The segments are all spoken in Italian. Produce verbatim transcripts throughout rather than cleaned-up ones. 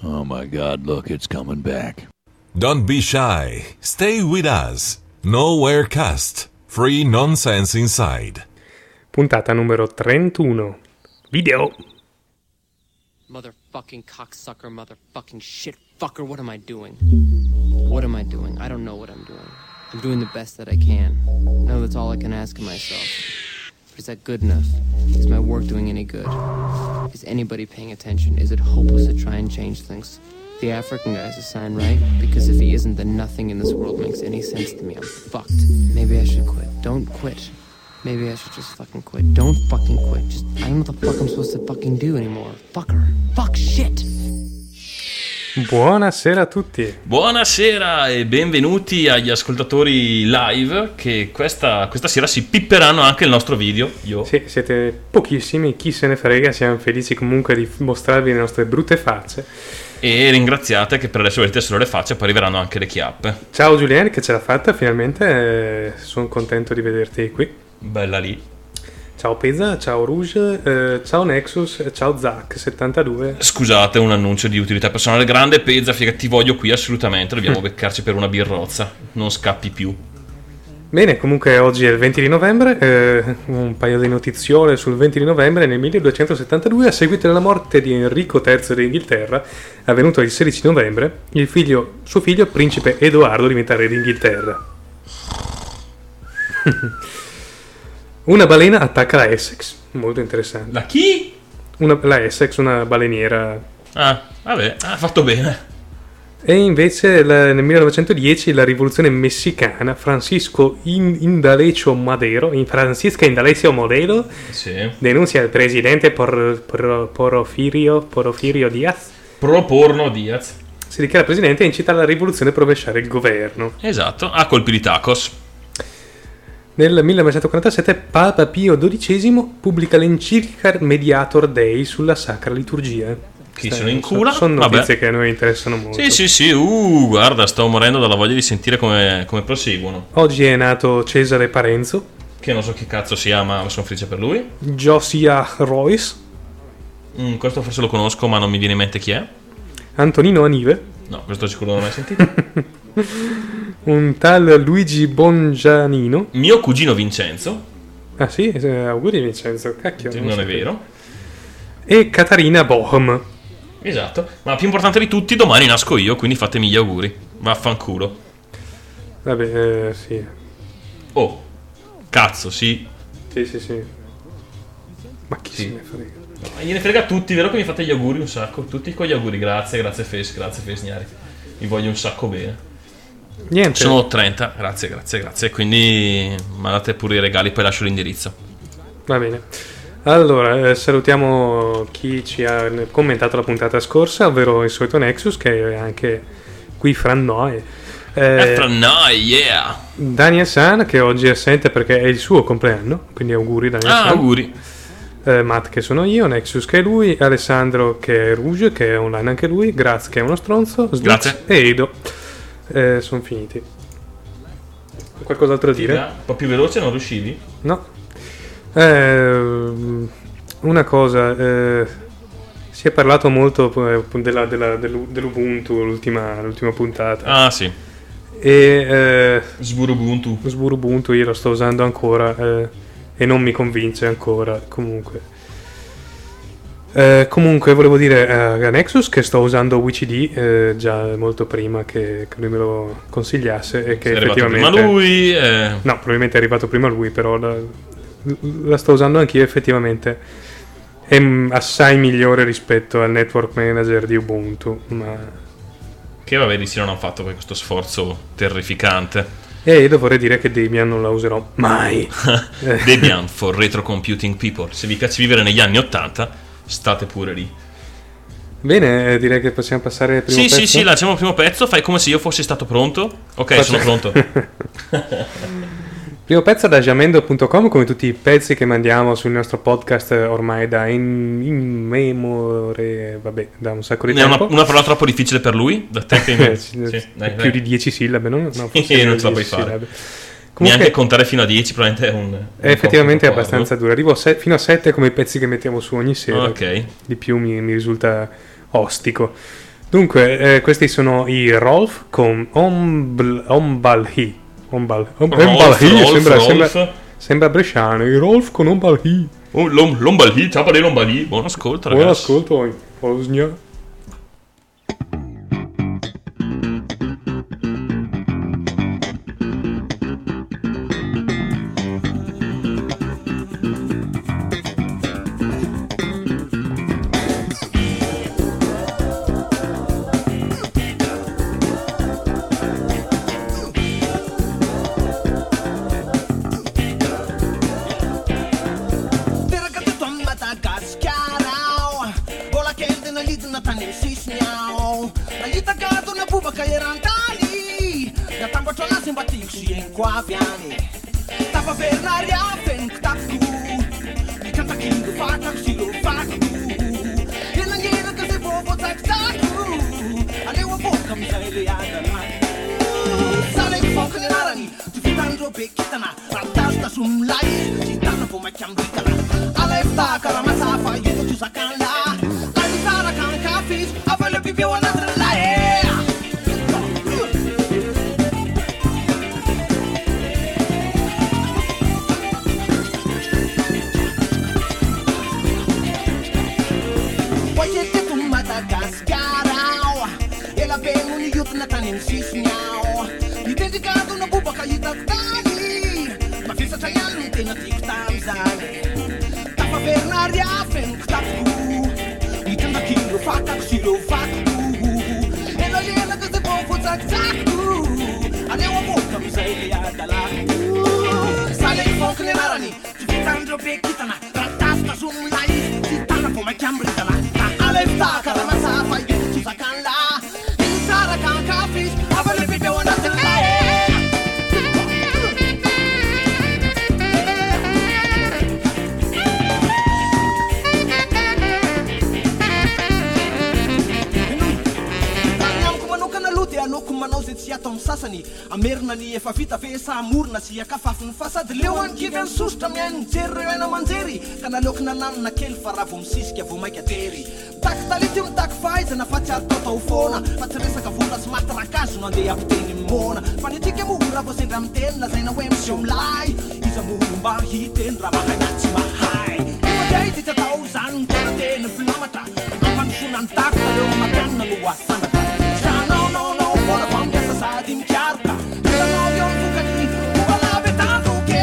Oh my God, look, it's coming back. Don't be shy. Stay with us. Nowhere Cast. Free nonsense inside. Puntata numero trentuno. Video. Motherfucking cocksucker, motherfucking shit fucker, what am I doing? What am I doing? I don't know what I'm doing. I'm doing the best that I can. No, that's all I can ask of myself. But is that good enough? Is my work doing any good? Is anybody paying attention? Is it hopeless to try and change things? The African guy's a sign, right? Because if he isn't, then nothing in this world makes any sense to me. I'm fucked. Maybe I should quit. Don't quit. Maybe I should just fucking quit. Don't fucking quit. Just, I don't know what the fuck I'm supposed to fucking do anymore. Fucker. Fuck shit. Buonasera a tutti. Buonasera e benvenuti agli ascoltatori live che questa, questa sera si pipperanno anche il nostro video. Io. Sì, siete pochissimi, chi se ne frega, siamo felici comunque di mostrarvi le nostre brutte facce. E ringraziate che per adesso vedete solo le facce, poi arriveranno anche le chiappe. Ciao Julien, che ce l'ha fatta finalmente, eh, sono contento di vederti qui. Bella lì. Ciao Pezza, ciao Rouge, eh, ciao Nexus, ciao Zac settantadue. Scusate, un annuncio di utilità personale grande. Pezza, figa, ti voglio qui assolutamente, dobbiamo beccarci per una birrozza, non scappi più. Bene, comunque oggi è il venti di novembre, eh, un paio di notiziole sul venti di novembre. Nel milleduecentosettantadue, a seguito della morte di Enrico terzo d'Inghilterra, avvenuto il sedici novembre, il figlio, suo figlio, principe Edoardo, diventa re d'Inghilterra. Una balena attacca la Essex, molto interessante. La chi? Una, la Essex, una baleniera. Ah, vabbè, ha fatto bene. E invece la, nel millenovecentodieci la rivoluzione messicana, Francisco In, Indalecio Madero, in Francisca Indalecio Madero, sì, denuncia il presidente por, por, Porfirio, Porfirio Diaz. Proporno Diaz. Si dichiara presidente e incita alla rivoluzione per rovesciare il governo. Esatto, a colpi di tacos. Nel millenovecentoquarantasette Papa Pio dodicesimo pubblica l'enciclica Mediator Dei sulla Sacra Liturgia. Chi se ne incula? Sono notizie Vabbè. che a noi interessano molto. Sì, sì, sì, uh, guarda, sto morendo dalla voglia di sentire come, come proseguono. Oggi è nato Cesare Parenzo, che non so che cazzo sia, ma sono felice per lui. Josiah Royce, Mm, questo forse lo conosco, ma non mi viene in mente chi è. Antonino Anive, No, questo sicuro non l'ho mai sentito. un tal Luigi Bongianino. Mio cugino Vincenzo. Ah sì, eh, auguri Vincenzo, cacchio. Non, non è vero. E Catarina Bohm. Esatto, ma più importante di tutti, domani nasco io, quindi fatemi gli auguri. Vaffanculo. Vabbè, eh, sì. Oh, cazzo, sì. Sì, sì, sì. Ma chi Sì. se ne frega? No, gliene frega a tutti, vero che mi fate gli auguri un sacco? Tutti con gli auguri, grazie, grazie Fes, grazie Fesniari. Vi voglio un sacco bene. Niente. Sono trenta, grazie, grazie, grazie. Quindi mandate pure i regali, poi lascio l'indirizzo. Va bene. Allora, eh, salutiamo chi ci ha commentato la puntata scorsa, ovvero il solito Nexus, che è anche qui fra noi. Eh, È fra noi, yeah! Daniel San, che oggi è assente perché è il suo compleanno, quindi auguri Daniel Ah, San. auguri. Eh, Matt, che sono io, Nexus, che è lui, Alessandro, che è Rouge, che è online anche lui, Graz, che è uno stronzo, Snitch Grazie. e Edo. Eh, sono finiti. Qualcos'altro da dire? Un po' più veloce, non riuscivi? No. Eh, una cosa, eh, si è parlato molto eh, della, della, dell'U- dell'Ubuntu l'ultima, l'ultima puntata. Ah, sì. E eh, Sburubuntu. Sburubuntu io lo sto usando ancora eh, e non mi convince ancora. Comunque, eh, comunque volevo dire eh, a Nexus che sto usando W C D eh, già molto prima che, che lui me lo consigliasse e che È arrivato effettivamente prima lui. Eh. no, probabilmente è arrivato prima lui, però la, la sto usando anch'io, effettivamente è mm, assai migliore rispetto al network manager di Ubuntu, ma Che vabbè, di sì non hanno fatto poi questo sforzo terrificante. e io dovrei dire che Debian non la userò mai. Debian for retro computing people. Se vi piace vivere negli anni ottanta, state pure lì. Bene, eh, direi che possiamo passare al primo Sì, pezzo. sì, sì, lanciamo il primo pezzo. Fai come se io fossi stato pronto. Ok, Faccio- sono pronto. Primo pezzo da jamendo punto com, come tutti i pezzi che mandiamo sul nostro podcast eh, ormai da in, in memore, vabbè, da un sacco di È una, tempo. una parola troppo difficile per lui? Da te che Eh, sì, sì, dai, più dai. di dieci sillabe, no? No, forse Sì, meno non di ce la puoi dieci fare. sillabe. Neanche Comunque, contare fino a dieci probabilmente è un... è effettivamente un po' abbastanza duro. Arrivo a se- fino a sette come i pezzi che mettiamo su ogni sera. Ok. Di più mi, mi risulta ostico. Dunque, eh, questi sono i Rolf con Ombl- Ombalhi. Ombal- Om- Rolf, Ombalhi, Rolf, sembra, Rolf. sembra, sembra bresciano. I Rolf con Ombalhi. Oh, l'om- Lombalì, ciao per Lombalì. Buon ascolto, Buon ragazzi. ascolto, in Bosnia. Amernany efa vita fe sa morona sy akafafiny fasady leo ankivy any sositra miainy mijery reo aina manjery ka naleoko nalanina kely fa raha vo misisika vo maika tery mitaky tality io mitaky fahaizana fa tsy ary taotao foana fa tsy resaka vola sy matrakazo no andeha ampiteny mona fa nytika mo raha vo sendra miteny lazaina hoe miseo milay iza mo mba hiteny raha mahanatsy mahay ifaday ty tatao zany tena teny filamatra ampanofona ny tako fa leo matianina no asanatra sanao fona fa miasa sady mikiarika sanao eo mivokany ovalave tandoke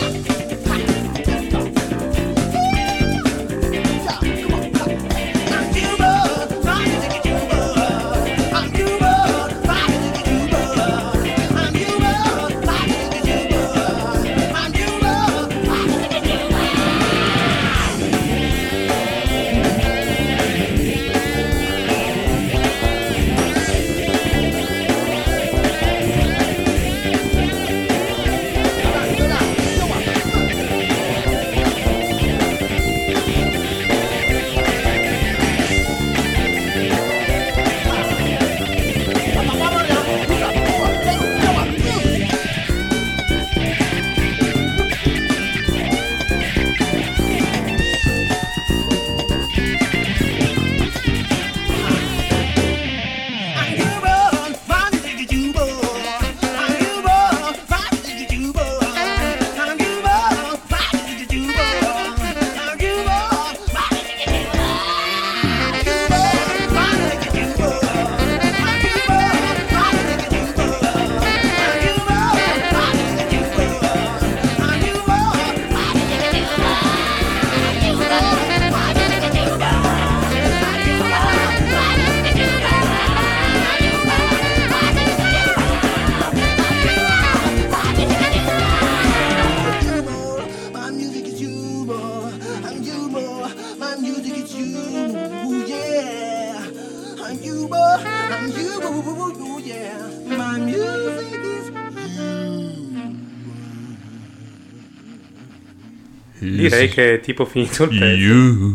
Direi che è tipo finito il pezzo. You.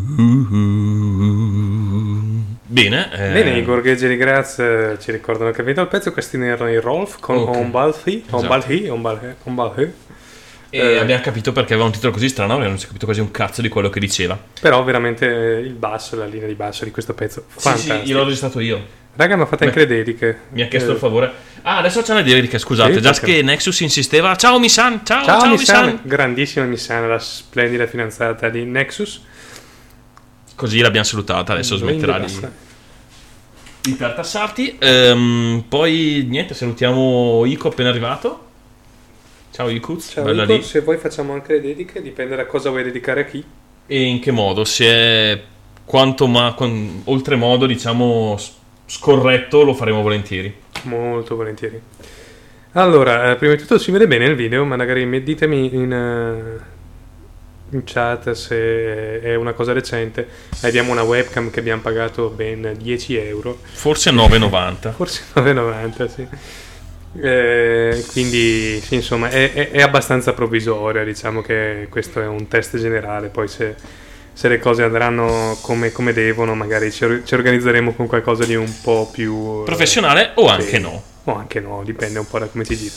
Bene. Eh... Bene, i gorgheggi di Graz eh, ci ricordano che è finito il pezzo. Questi ne erano i Rolf con Okay. Ombalhi. Esatto. Ombalhi. Ombalhi. Ombalhi. E Eh, abbiamo capito perché aveva un titolo così strano, perché non si è capito quasi un cazzo di quello che diceva. Però veramente il basso, la linea di basso di questo pezzo, Sì, fantastico. sì, io l'ho registrato io. Raga, mi ha fatto anche le dediche. Mi ha chiesto Eh, il favore. Ah, adesso c'è una dedica, scusate. Sì, Già perché? che Nexus insisteva. Ciao Misan, ciao, Ciao, ciao, Missan, Misan. grandissima Missan, la splendida fidanzata di Nexus. Così l'abbiamo salutata, adesso smetterà di, Basta. di tartassarti. Ehm, poi niente, salutiamo Ico appena arrivato. Ciao Icuz, Ciao bella Nico, lì. se vuoi facciamo anche le dediche, dipende da cosa vuoi dedicare a chi. E in che modo? Se è quanto ma quan- oltremodo, diciamo, s- scorretto, lo faremo volentieri. Molto volentieri. Allora, eh, prima di tutto si vede bene il video, ma magari mi- ditemi in, eh, in chat se è una cosa recente. Abbiamo una webcam che abbiamo pagato ben dieci euro, Forse nove e novanta. forse nove e novanta, sì. Eh, quindi sì, insomma è, è- è abbastanza provvisoria, diciamo che questo è un test generale, poi se, se le cose andranno come, come devono magari ci, or- ci organizzeremo con qualcosa di un po' più eh, Professionale o anche sì. no? O anche no, dipende un po' da come ti gira.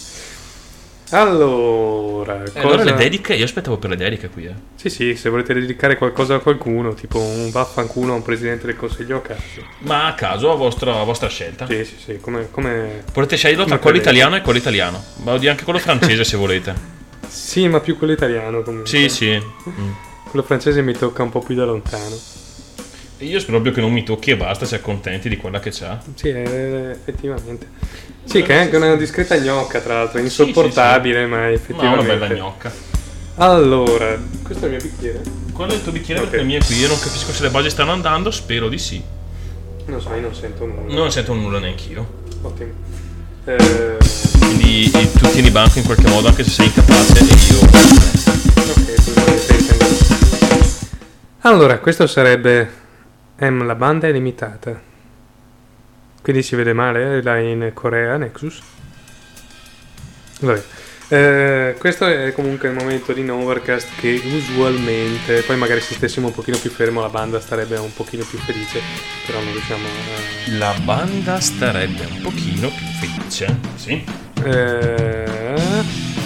Allora, E allora cosa- le dediche, io aspettavo per le dediche qui, eh. Sì, sì, se volete dedicare qualcosa a qualcuno, tipo un vaffanculo a un presidente del consiglio, cazzo. Ma a caso, a vostra, a vostra scelta. Sì, sì, sì, come... come... Potete sceglierlo tra Come quello credete. italiano e quello italiano. Ma oddio anche quello francese se volete. Sì, ma più quello italiano comunque. Sì, sì. Mm. Quello francese mi tocca un po' più da lontano. Io spero proprio che non mi tocchi e basta, si accontenti di quella che c'ha. Sì, eh, effettivamente. Sì, che è anche una discreta gnocca, tra l'altro, insopportabile, ma Ma una effettivamente. bella gnocca. Allora, questo è il mio bicchiere? Quello è il tuo bicchiere Ok. perché il mio è qui. Io non capisco se le basi stanno andando, spero di sì. Non so, io non sento nulla. Non sento nulla neanch'io. Ottimo. Eh, Quindi eh, tu tieni banco in qualche modo anche se sei incapace e io... ok, tu non stai intendendo. Allora, questo sarebbe M, la banda è limitata. Quindi si vede male eh, là in Corea, Nexus. Vabbè. Eh, questo è comunque il momento di Novercast che usualmente, poi magari se stessimo un pochino più fermo la banda starebbe un pochino più felice, però non riusciamo a... La banda starebbe un pochino più felice. Sì. Eh...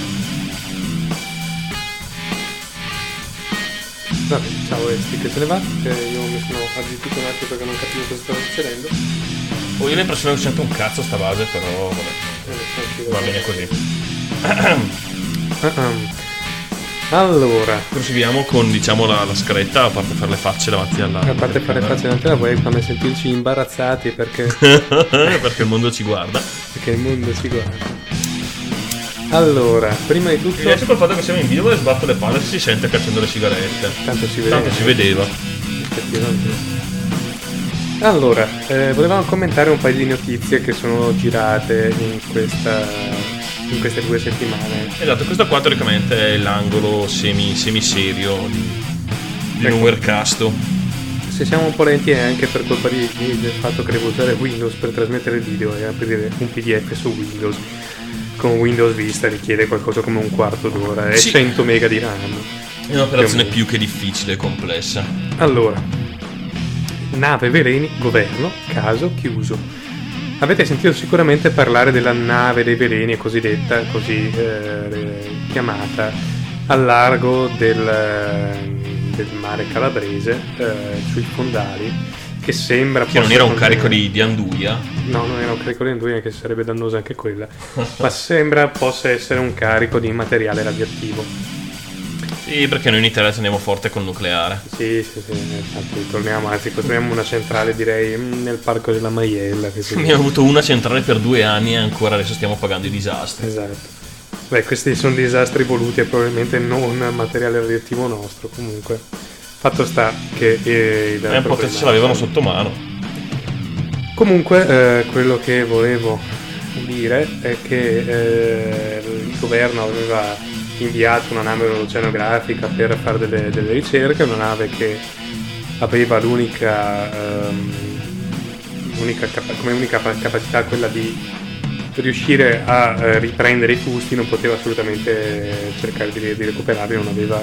Vabbè, ciao Esti che se ne va, eh, io mi sono aggiustito un attimo perché non capivo cosa stava succedendo. Ho io l'impressione che sento un cazzo sta base, però vabbè. Eh, Va bene così. Uh-uh. Allora, Proseguiamo con diciamo la, la scaletta, a parte fare le facce davanti alla... a parte fare facce davanti alla webcam e sentirci imbarazzati perché, perché il mondo ci guarda. perché il mondo ci guarda. Allora, prima di Mi tutto, piace col fatto che siamo in video dove sbatto le palle se si sente cacciando le sigarette. tanto si vede. Tanto si vedeva. Effettivamente. Allora, eh, volevamo commentare un paio di notizie che sono girate in, questa, in queste due settimane. Esatto, questo qua teoricamente è l'angolo semi, semi-serio di, di Ecco. Numercasto. Se siamo un po' lenti è anche per colpa di, di- del fatto che devo usare Windows per trasmettere il video e aprire un P D F su Windows. Con Windows Vista richiede qualcosa come un quarto d'ora e Sì. cento mega di RAM. È un'operazione Più o più che difficile e complessa. Allora, nave veleni, governo, caso chiuso. Avete sentito sicuramente parlare della nave dei veleni, cosiddetta, così eh, chiamata, al largo del, del mare calabrese, eh, sui fondali, che sembra Che non possa era un contenere- carico di, di anduia. No, non era un carico di anduia, che sarebbe dannosa anche quella, ma sembra possa essere un carico di materiale radioattivo. Sì, perché noi in Italia teniamo forte col nucleare. Sì, sì, sì, infatti torniamo, anzi costruiamo una centrale direi mm, nel parco della Maiella. Che si- Abbiamo avuto una centrale per due anni e ancora adesso stiamo pagando i disastri. Esatto. Beh, questi sono disastri voluti e probabilmente non materiale radioattivo nostro, comunque. Fatto sta che eh, il E un po' problema- ce l'avevano sotto mano. Comunque, eh, quello che volevo dire è che eh, il governo aveva inviato una nave oceanografica per fare delle, delle ricerche, una nave che aveva l'unica, ehm, l'unica capa- come unica pa- capacità quella di riuscire a eh, riprendere i fusti, non poteva assolutamente eh, cercare di, di recuperarli, non aveva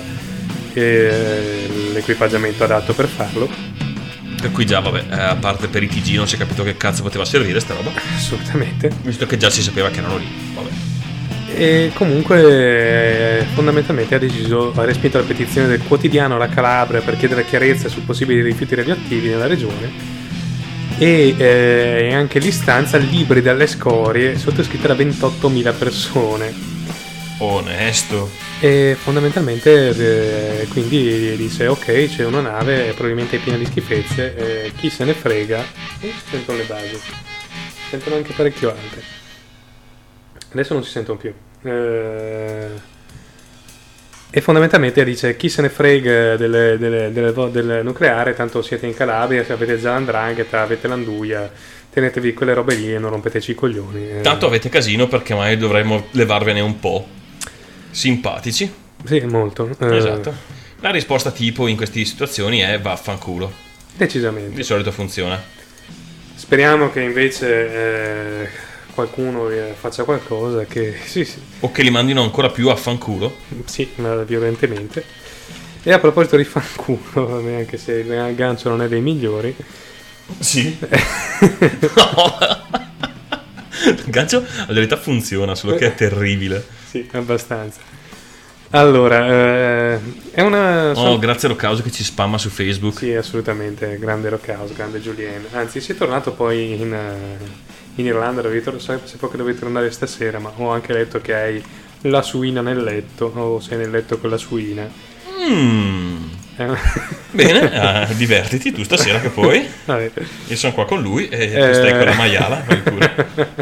eh, l'equipaggiamento adatto per farlo. Per cui già, vabbè, eh, a parte per i T G non si è capito che cazzo poteva servire sta roba. Assolutamente. Visto che già si sapeva che erano lì. Vabbè. E comunque eh, fondamentalmente ha deciso, ha respinto la petizione del quotidiano La Calabria per chiedere chiarezza su possibili rifiuti radioattivi nella regione e eh, anche l'istanza liberi dalle scorie sottoscritta da ventottomila persone. Onesto. E fondamentalmente eh, quindi dice ok, c'è una nave probabilmente piena di schifezze, eh, chi se ne frega. E si sentono le basi, si sentono anche parecchio alte, adesso non si sentono più. Eh, e fondamentalmente dice chi se ne frega delle, delle, delle, del nucleare, tanto siete in Calabria, avete già l'andrangheta, avete l'anduia, tenetevi quelle robe lì e non rompeteci i coglioni. Eh, Tanto avete casino, perché mai dovremmo levarvene un po'. Simpatici. Sì, molto. Eh, Esatto. La risposta tipo in queste situazioni è vaffanculo. Decisamente. Di solito funziona. Speriamo che invece eh, qualcuno eh, faccia qualcosa che sì, sì, O che li mandino ancora più a fanculo. sì, ma violentemente. E a proposito di fanculo, anche se il gancio non è dei migliori, Sì. No. Il gancio in realtà funziona, solo che è terribile. sì, abbastanza. Allora, eh, è una... Oh, grazie a Rockhouse che ci spamma su Facebook. Sì, assolutamente, grande Rockhouse, grande Julien. Anzi, sei tornato poi in, eh, in Irlanda, dovevi tor- sapevo che dovevi tornare stasera, ma ho anche letto che hai la suina nel letto, o sei nel letto con la suina. Mm. Eh, Bene, eh, divertiti tu stasera che poi. Vabbè. Io sono qua con lui e tu Eh. stai con la maiala. Vai pure.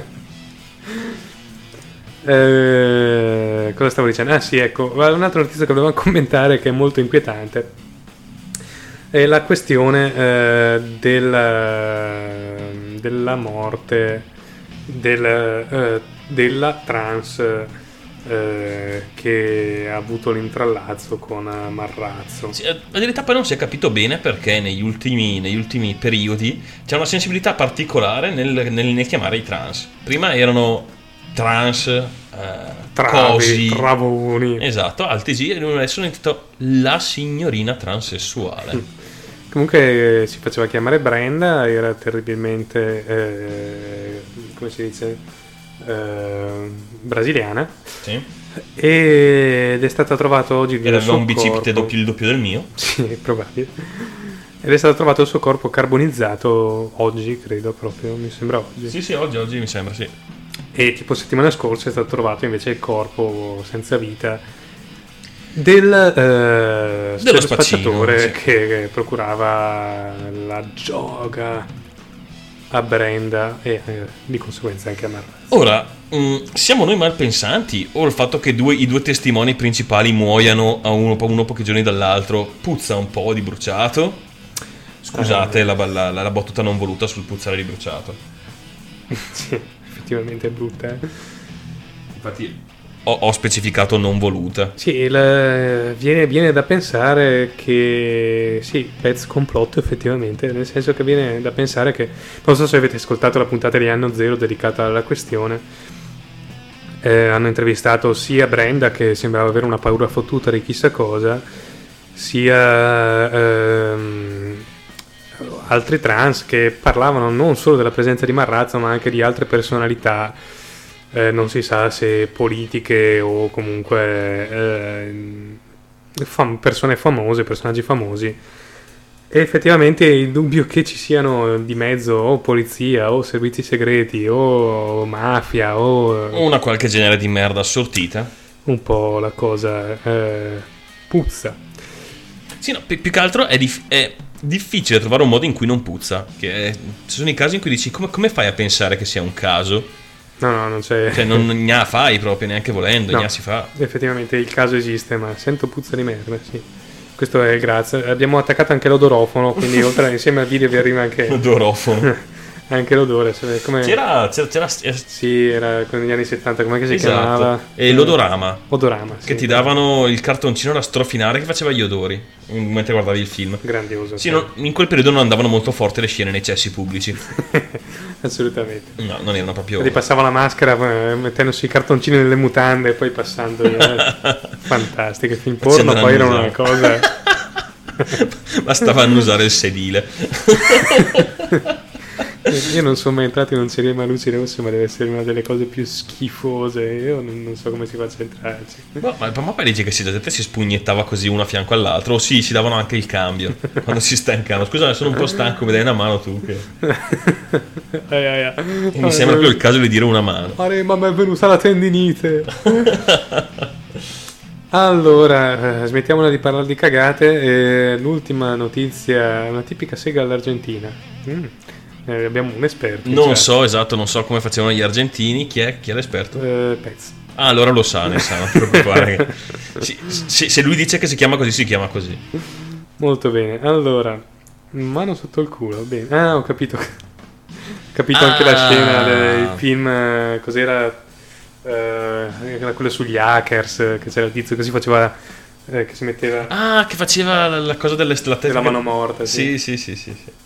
Eh, cosa stavo dicendo? Ah sì, ecco, un'altra notizia che volevo commentare che è molto inquietante è la questione eh, della, della morte del, eh, della trans eh, che ha avuto l'intrallazzo con Marrazzo. Sì, eh, la verità poi non si è capito bene perché negli ultimi, negli ultimi periodi c'è una sensibilità particolare nel, nel, nel chiamare i trans. Prima erano trans, eh, Travi, cosi, travoni. esatto, altri sì, e adesso hanno detto la signorina transessuale. Comunque eh, si faceva chiamare Brenda, era terribilmente, eh, come si dice, eh, brasiliana, Sì. ed è stata trovata oggi Ed il aveva suo un bicipite corpo. doppio, il doppio del mio. Sì, è probabile. Ed è stato trovato il suo corpo carbonizzato oggi, credo proprio, mi sembra oggi. Sì, sì, oggi, oggi mi sembra, sì. E tipo settimana scorsa è stato trovato invece il corpo senza vita del eh, Dello spacciatore spaccino, sì. che procurava la gioga a Brenda e eh, di conseguenza anche a Marrazzo. Ora, mh, siamo noi malpensanti o il fatto che due, i due testimoni principali muoiano a uno, uno pochi giorni dall'altro puzza un po' di bruciato? Scusate la, la, la, la battuta non voluta sul puzzare di bruciato. Sì, effettivamente è brutta. Eh? Infatti ho, ho specificato non voluta. Sì, il- viene, viene da pensare che sì, pezzo complotto effettivamente, nel senso che viene da pensare che, non so se avete ascoltato la puntata di Anno Zero dedicata alla questione, eh, hanno intervistato sia Brenda che sembrava avere una paura fottuta di chissà cosa, sia ehm, altri trans che parlavano non solo della presenza di Marrazzo ma anche di altre personalità. Eh, non si sa se politiche o comunque eh, fam- persone famose, personaggi famosi. E effettivamente il dubbio che ci siano di mezzo o polizia o servizi segreti o mafia o O una qualche genere di merda assortita. un po' la cosa eh, puzza. Sì, no, pi- più che altro è, dif- è difficile trovare un modo in cui non puzza. Che è- ci sono i casi in cui dici come, come fai a pensare che sia un caso? No, no, non c'è. Cioè non gna fai proprio neanche volendo, No. gna si fa. Effettivamente il caso esiste, ma sento puzza di merda, sì. Questo è il grazie. Abbiamo attaccato anche l'odorofono, quindi oltre insieme al video vi arriva anche, Odorofono. anche l'odore. Cioè, come... C'era, c'era, c'era eh, Sì, era con gli anni settanta, com'è che si esatto. chiamava? E l'odorama. Odorama, sì. Che ti davano il cartoncino da strofinare che faceva gli odori mentre guardavi il film. Grandioso. Sì, non- in quel periodo non andavano molto forti le scene nei cessi pubblici. Assolutamente. No, non erano proprio. Quindi passava la maschera eh, mettendosi i cartoncini nelle mutande e poi passando. eh, Fantastiche. Film porno Facendo poi erano la una cosa. Bastava annusare il sedile. Io non sono mai entrato in un cinema a luci rosse, ma deve essere una delle cose più schifose. Io non, non so come si faccia a entrarci. No, ma, ma poi dici che si, la gente si spugnettava così uno a fianco all'altro, o sì, si davano anche il cambio quando si stancano. Scusa, sono un po' stanco, mi dai una mano tu? Che... ai, ai, ai. E mi sembra più il caso di dire una mano. Ma mi è venuta la tendinite. Allora, eh, smettiamola di parlare di cagate. Eh, l'ultima notizia, una tipica sega all'Argentina. Mm. Eh, abbiamo un esperto. Non cioè. so, esatto, non so come facevano gli argentini. Chi è, chi è l'esperto? Eh, Pez. Ah, allora lo sa, ne sa, non ti preoccupare. Sì, se, se lui dice che si chiama così, si chiama così. Molto bene. Allora, mano sotto il culo. Bene. Ah, ho capito. Ho capito Ah. anche la scena del film. eh, Cos'era? Eh, era quello sugli hackers. Che c'era il tizio che si faceva. Eh, che si metteva. Ah, che faceva la, la cosa delle la Della mano morta. Sì, sì, sì, sì, sì.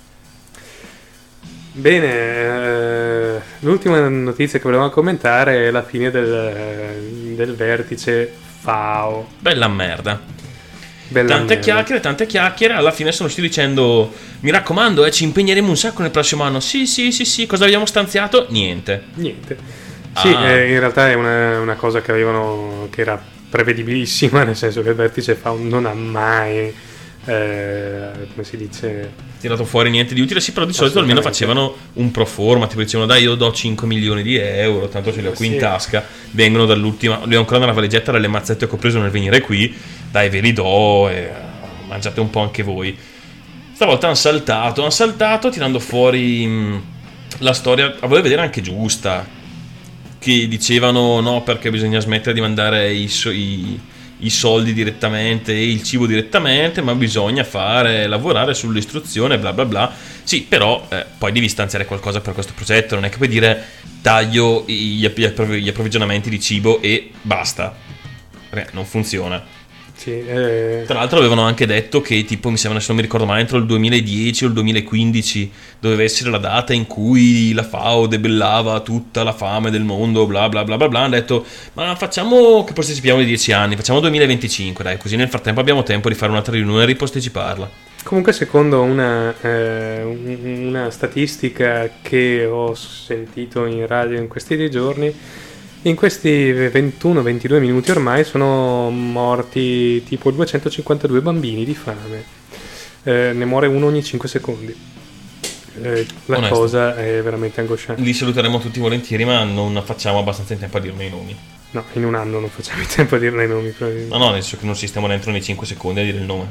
Bene, eh, l'ultima notizia che volevamo commentare è la fine del, eh, del vertice F A O. Bella merda. Bella Tante merda. chiacchiere, tante chiacchiere. Alla fine sono usciti dicendo: mi raccomando, eh, ci impegneremo un sacco nel prossimo anno. Sì, sì, sì, sì. Cosa abbiamo stanziato? Niente. Niente. Ah. Sì, eh, in realtà è una, una cosa che avevano, che era prevedibilissima, nel senso che il vertice F A O non ha mai, eh, come si dice... Tirato fuori niente di utile. Sì, però di solito almeno Assolutamente. facevano un pro forma. Tipo dicevano: dai, io do cinque milioni di euro, tanto ce li ho qui Sì. in tasca. Vengono dall'ultima, li ho ancora nella valigetta dalle mazzette che ho preso nel venire qui. Dai, ve li do e mangiate un po' anche voi. Stavolta hanno saltato, hanno saltato tirando fuori mh, la storia, a voler vedere anche giusta, che dicevano no, perché bisogna smettere di mandare i, so- i, i soldi direttamente e il cibo direttamente, ma bisogna fare lavorare sull'istruzione, bla bla bla. Sì, però eh, poi devi stanziare qualcosa per questo progetto, non è che puoi dire taglio gli, gli appro- gli approvvigionamenti di cibo e basta. Perché non funziona. Sì, eh, Tra l'altro avevano anche detto che tipo, mi sembra, se non mi ricordo mai, entro il duemiladieci o il duemilaquindici doveva essere la data in cui la F A O debellava tutta la fame del mondo, bla bla bla bla bla. Hanno detto: ma facciamo che posticipiamo di dieci anni, facciamo duemilaventicinque, dai, così nel frattempo abbiamo tempo di fare un'altra riunione e riposticiparla. comunque secondo una, eh, un- una statistica che ho sentito in radio in questi giorni, in questi ventuno ventidue minuti ormai sono morti tipo duecentocinquantadue bambini di fame. Eh, ne muore uno ogni cinque secondi. Eh, la Onesto. cosa è veramente angosciante. Li saluteremo tutti volentieri, ma non facciamo abbastanza in tempo a dirne i nomi. No, in un anno non facciamo in tempo a dirne i nomi. probabilmente. No, no, nel senso che non ci stiamo dentro nei cinque secondi a dire il nome.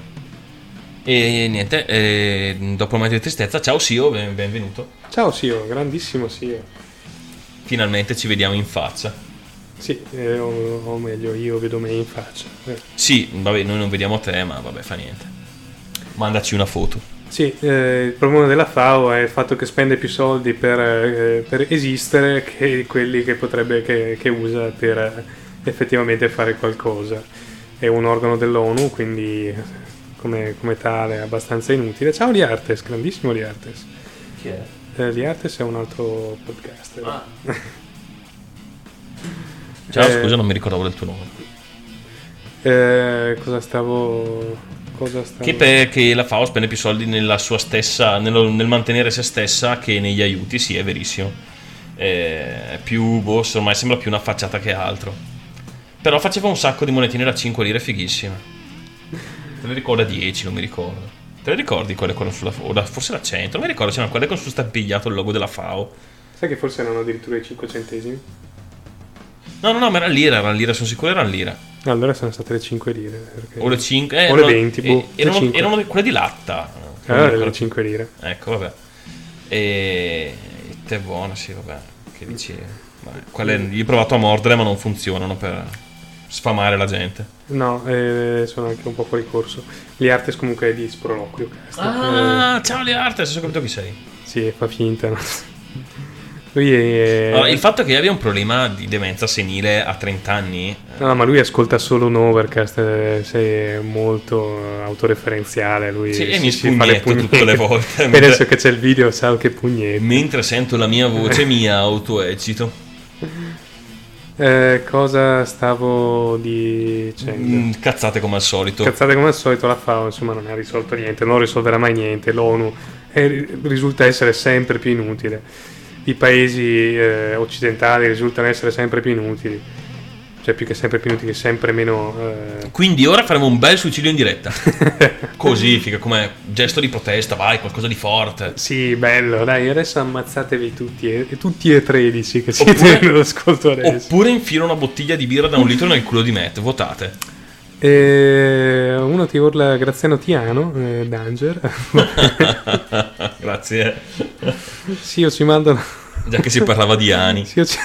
E niente, eh, dopo un momento di tristezza, ciao Sio, ben- benvenuto. Ciao Sio, grandissimo Sio. Finalmente ci vediamo in faccia. Sì, eh, o, o meglio, io vedo me in faccia. Eh. Sì, vabbè, noi non vediamo te, ma vabbè, fa niente. Mandaci una foto. Sì, eh, il problema della F A O è il fatto che spende più soldi per, eh, per esistere che quelli che potrebbe che, che usa per eh, effettivamente fare qualcosa. È un organo dell'ONU, quindi come, come tale è abbastanza inutile. Ciao Liartes, grandissimo Liartes. Chi è? Eh, Liartes è un altro podcaster. Ah. Ciao, Eh, scusa, non mi ricordavo del tuo nome. Eh, cosa stavo... Cosa stavo... Che, per, che la F A O spende più soldi nella sua stessa, nello- nel mantenere se stessa che negli aiuti, sì, è verissimo. Eh, più, boh, ormai sembra più una facciata che altro. Però faceva un sacco di monetine da cinque lire fighissime. Te le ricordo a dieci, non mi ricordo. Te le ricordi quelle con sulla o da- forse da cento, non mi ricordo, c'erano quelle con su stampigliato il logo della F A O. Sai che forse erano addirittura i cinque centesimi? No, no, no, ma era lira, era lira, sono sicuro erano lira. Allora sono state le cinque lire. Perché... O le cinque, eh, O le erano- venti, boh, eh, le erano, cinque. erano quelle di latta. Non mi Allora ricordo. le cinque lire. Ecco, vabbè. E te è buona, sì, vabbè. Che dici? Vabbè, quelle, io ho provato a mordere, ma non funzionano per sfamare la gente. No, eh, sono anche un po' fuori corso. Liartes comunque è di sproloquio. cast. Ah, ciao Learte, adesso ho capito chi sei. Eh, sì, fa finta. No? Lui è... Allora, il fatto che abbia un problema di demenza senile a trenta anni, No, ma lui ascolta solo un overcast, eh, sei molto autoreferenziale. Lui sì, e si- mi si fa le spugnetto tutte le pugnette. volte. E mentre, adesso che c'è il video sa che pugnetto. mentre sento la mia voce mi autoecito. Eh, cosa stavo dicendo? Mm, cazzate come al solito. Cazzate come al solito, la F A O insomma non ha risolto niente, non risolverà mai niente. L'ONU e risulta essere sempre più inutile. I paesi eh, occidentali risultano essere sempre più inutili, cioè più che sempre più inutili, sempre meno eh... Quindi ora faremo un bel suicidio in diretta. Così, figa, come gesto di protesta, vai, qualcosa di forte. Sì, bello, dai, adesso ammazzatevi tutti e, tutti e tredici che siete Oppure- nell'ascolto adesso. Oppure infilo una bottiglia di birra da un litro nel culo di Matt, votate. E uno ti urla Graziano Tiano, eh, Danger. Grazie. Sì, io ci mando. Già che si parlava di ani. Sì, io ci...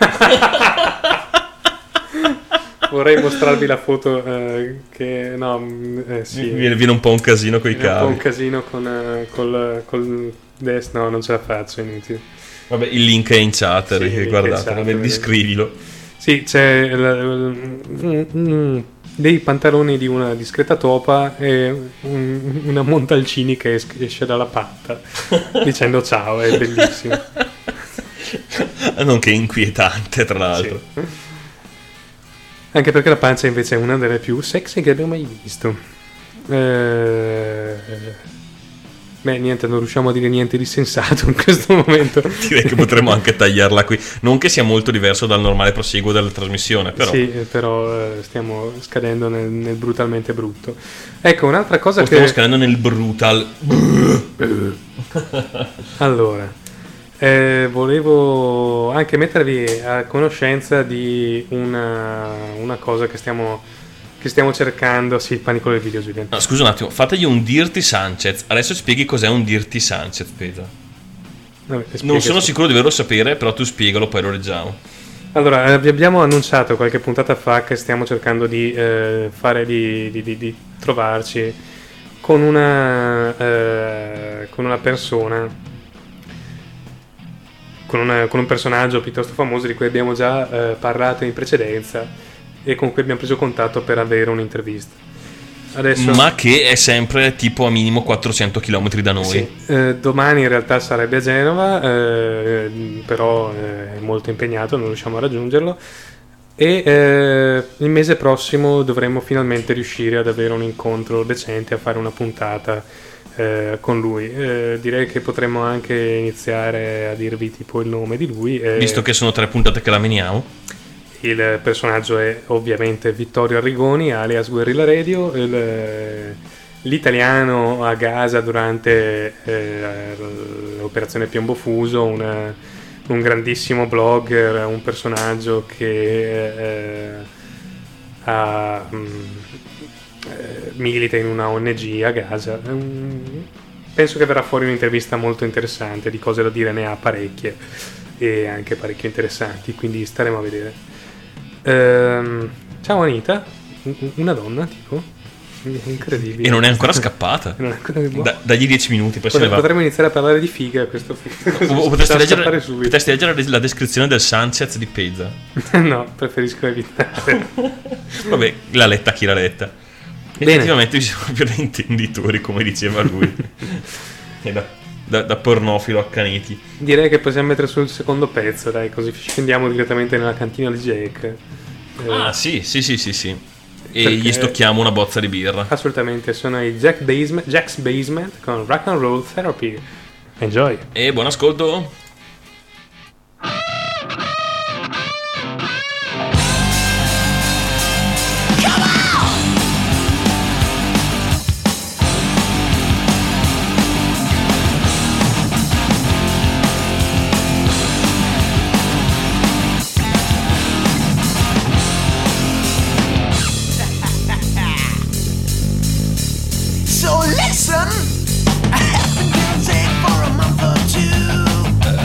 Vorrei mostrarvi la foto eh, che no, mm, eh, sì. Viene, viene un po' un casino coi È un po' un cavi. casino con eh, col, col des- no, non ce la faccio, è inutile. Vabbè, il link è in chat, Sì, il link è in guardate, chat, vabbè, vedete. descrivilo. Sì, c'è la- mm, mm, dei pantaloni di una discreta topa e un- una Montalcini che es- esce dalla patta dicendo ciao, è bellissimo. Nonché inquietante, tra l'altro. Sì. Anche perché la pancia invece è una delle più sexy che abbiamo mai visto. Eh, Beh, niente, non riusciamo a dire niente di sensato in questo momento. Direi che potremmo anche tagliarla qui. Non che sia molto diverso dal normale prosieguo della trasmissione, però. Sì, eh, però eh, stiamo scadendo nel, nel brutalmente brutto. Ecco, un'altra cosa O che... stiamo scadendo nel brutal. Allora, eh, volevo anche mettervi a conoscenza di una, una cosa che stiamo, che stiamo cercando. Sì, il panico del video, Giuliano. No, scusa un attimo, fategli un Dirty Sanchez. Adesso spieghi cos'è un Dirty Sanchez, Pesa. Vabbè, Non spiegaci. sono sicuro di averlo sapere, però tu spiegalo, poi lo leggiamo. Allora, eh, vi abbiamo annunciato qualche puntata fa che stiamo cercando di eh, fare di, di- di- di trovarci con una eh, con una persona, con, una- con un personaggio piuttosto famoso di cui abbiamo già eh, parlato in precedenza e con cui abbiamo preso contatto per avere un'intervista. Adesso, Ma che è sempre tipo a minimo quattrocento chilometri da noi. sì, eh, domani in realtà sarebbe a Genova, eh, però eh, è molto impegnato, non riusciamo a raggiungerlo. E eh, il mese prossimo dovremmo finalmente riuscire ad avere un incontro decente, a fare una puntata eh, con lui. Eh, direi che potremmo anche iniziare a dirvi tipo il nome di lui. eh, Visto che sono tre puntate che la meniamo. Il personaggio è ovviamente Vittorio Arrigoni, alias Guerrilla Radio, il- l'italiano a Gaza durante eh, l'operazione Piombo Fuso, una- un grandissimo blogger, un personaggio che eh, ha, mm, eh, milita in una O N G a Gaza. Mm, penso che verrà fuori un'intervista molto interessante, di cose da dire ne ha parecchie e anche parecchio interessanti, quindi staremo a vedere. Ehm, ciao Anita, Un- una donna tipo incredibile. E non è ancora scappata. Non è ancora- boh. Da- dagli dieci minuti, poi se ne Potre- va. Potremmo iniziare a parlare di figa a questo punto. O, o potresti, Facciamo leggere, scappare subito. potresti leggere la, la descrizione del Sanchez di Pezza. No, preferisco evitare. Vabbè, l'ha letta chi l'ha letta. Bene. Effettivamente ci sono proprio dei intenditori, come diceva lui. E da, da, da pornofilo accaniti. Direi che possiamo mettere sul secondo pezzo, dai, così scendiamo direttamente nella cantina di Jake. Eh, Ah, sì, sì, sì, sì, sì. E Perché- gli stocchiamo una bozza di birra. Assolutamente, sono i Jack Basement, Jack's Basement con Rock and Roll Therapy. Enjoy. E buon ascolto. So listen, I have been guilty for a month or two.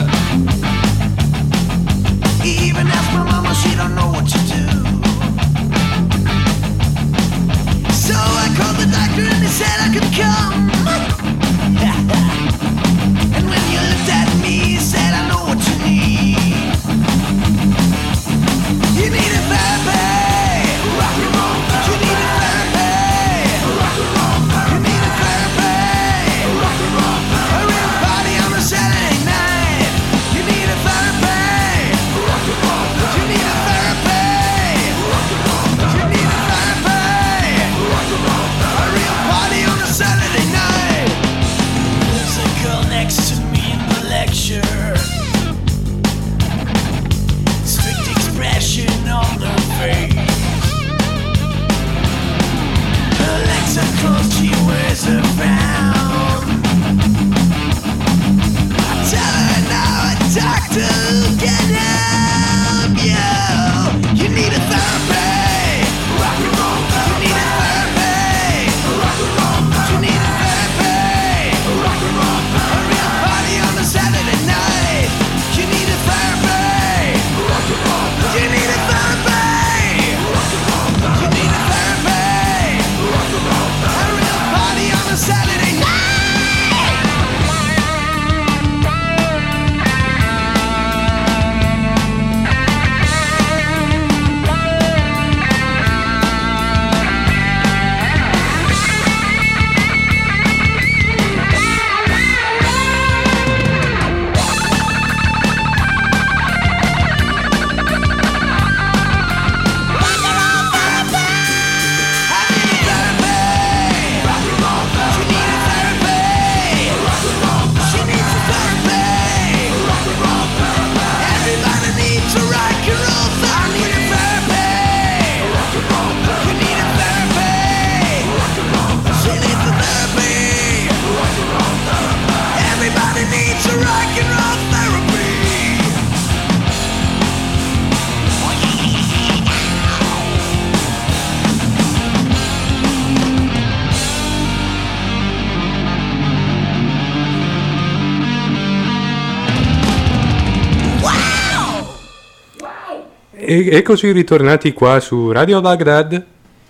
e- eccoci ritornati qua su Radio Baghdad.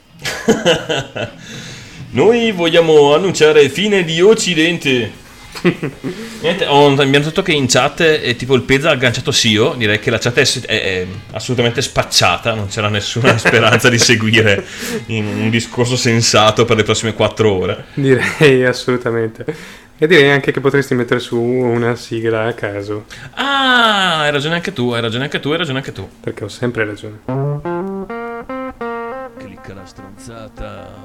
Noi vogliamo annunciare fine di Occidente. Niente, ho, abbiamo detto che in chat è tipo il Pezza ha agganciato Sio. Direi che la chat è, è, è assolutamente spacciata. Non c'era nessuna speranza di seguire in un discorso sensato per le prossime quattro ore. Direi assolutamente. E direi anche che potresti mettere su una sigla a caso. Ah, hai ragione anche tu, hai ragione anche tu, hai ragione anche tu. Perché ho sempre ragione. Clicca la stronzata.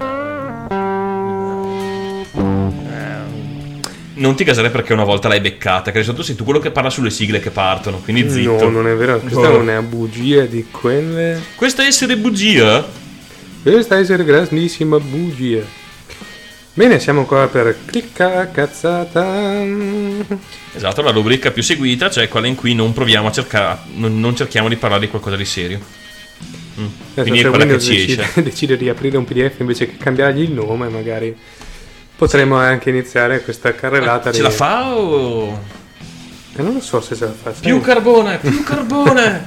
Non ti casare perché una volta l'hai beccata, che di solito sei tu quello che parla sulle sigle che partono, quindi zitto. No, non è vero, questa Oh. non è una bugia di quelle. Questa essere bugia? Questa è una grandissima bugia. Bene, siamo qua per clicca cazzata. Esatto, la rubrica più seguita, cioè quella in cui non proviamo a cercare, non, non cerchiamo di parlare di qualcosa di serio. Mm. Quindi Se è quella che Windows ci decide, esce. decide di aprire un P D F invece che cambiargli il nome, magari potremmo anche iniziare questa carrellata. Ce di... la fa o... Eh, non lo so se ce la fa. sai? Più carbone, più carbone!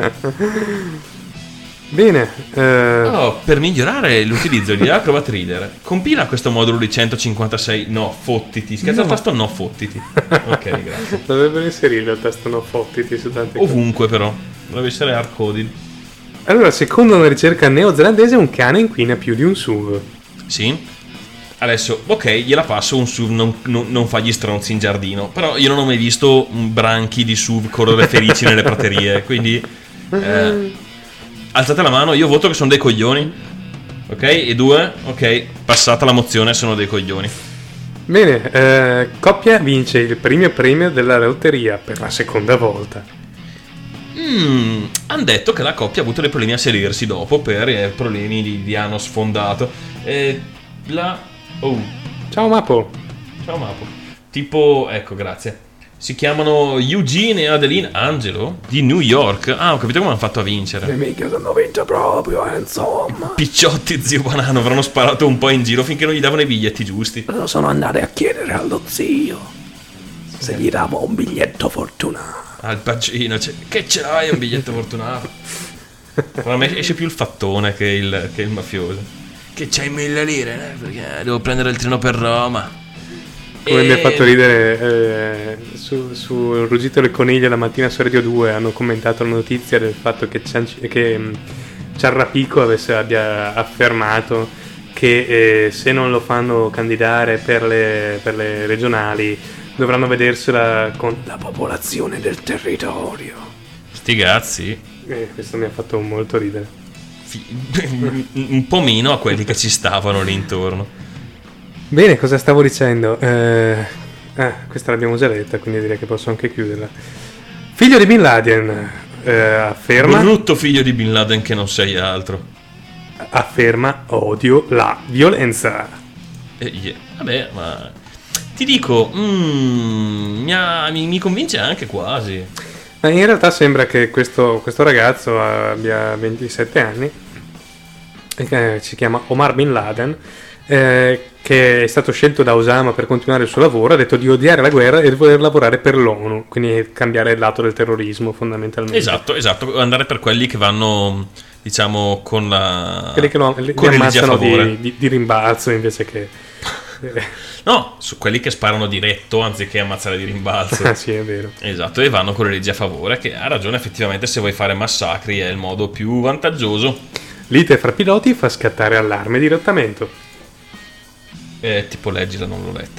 Bene, eh, Oh, per migliorare l'utilizzo di Acrobat Reader, compila questo modulo di centocinquantasei. No, fottiti. Schiaccia il No. tasto no, fottiti. Ok, grazie. dovrebbero inserirlo il testo no fottiti su tante cose. Ovunque però, deve essere hard-coded. Allora, secondo una ricerca neozelandese, un cane inquina più di un S U V. Sì. Adesso, ok, gliela passo, un S U V non, non, non fa gli stronzi in giardino. Però io non ho mai visto un branchi di S U V correre felici nelle praterie. Quindi, eh, alzate la mano, io voto che sono dei coglioni. Ok, e due, ok, passata la mozione, sono dei coglioni. Bene, eh, coppia vince il primo premio della lotteria per la seconda volta. Mm, hanno detto che la coppia ha avuto dei problemi a sedersi dopo per eh, problemi di, di anno sfondato. Eh, la... Oh, Ciao Mapo. ciao Mapo. Tipo, ecco, grazie. Si chiamano Eugene e Adeline Angelo di New York. Ah, ho capito come hanno fatto a vincere. mica sono vinto proprio, eh, insomma. Picciotti, zio Banano, avranno sparato un po' in giro finché non gli davano i biglietti giusti. Sono andati a chiedere allo zio se gli dava un biglietto fortunato. Al pagino, cioè, che ce l'hai un biglietto fortunato? Ma a me esce più il fattone che il, che il mafioso. Che c'hai mille lire, eh? Perché devo prendere il treno per Roma. Come E- mi ha fatto ridere eh, su, su Ruggito e le Coniglie la mattina su Radio due hanno commentato la notizia del fatto che, Cianci- che mh, Ciarrapico avesse, abbia affermato che eh, se non lo fanno candidare per le, per le regionali dovranno vedersela con la popolazione del territorio. Sti cazzi. Eh, questo mi ha fatto molto ridere. Fi- un po' meno a quelli che ci stavano lì intorno. Bene, cosa stavo dicendo? Eh, ah, questa l'abbiamo già letta, quindi direi che posso anche chiuderla. Figlio di Bin Laden eh, afferma, Brutto figlio di Bin Laden che non sei altro. afferma odio la violenza. E yeah. Vabbè, ma ti dico, mm, mi, ha- mi- mi convince anche quasi. Ma in realtà sembra che questo, questo ragazzo abbia ventisette anni, e che si chiama Omar Bin Laden, eh, che è stato scelto da Osama per continuare il suo lavoro, ha detto di odiare la guerra e di voler lavorare per l'ONU, quindi cambiare il lato del terrorismo fondamentalmente. Esatto, esatto, andare per quelli che vanno, diciamo, con la... Quelli che lo, li con leggi a ammazzano favore. di, di, di rimbalzo invece che... No, su quelli che sparano diretto anziché ammazzare di rimbalzo. Ah sì, è vero. Esatto, e vanno con le leggi a favore, che ha ragione effettivamente, se vuoi fare massacri è il modo più vantaggioso. Lite fra piloti fa scattare allarme di rottamento. Eh, tipo leggila, non l'ho letta.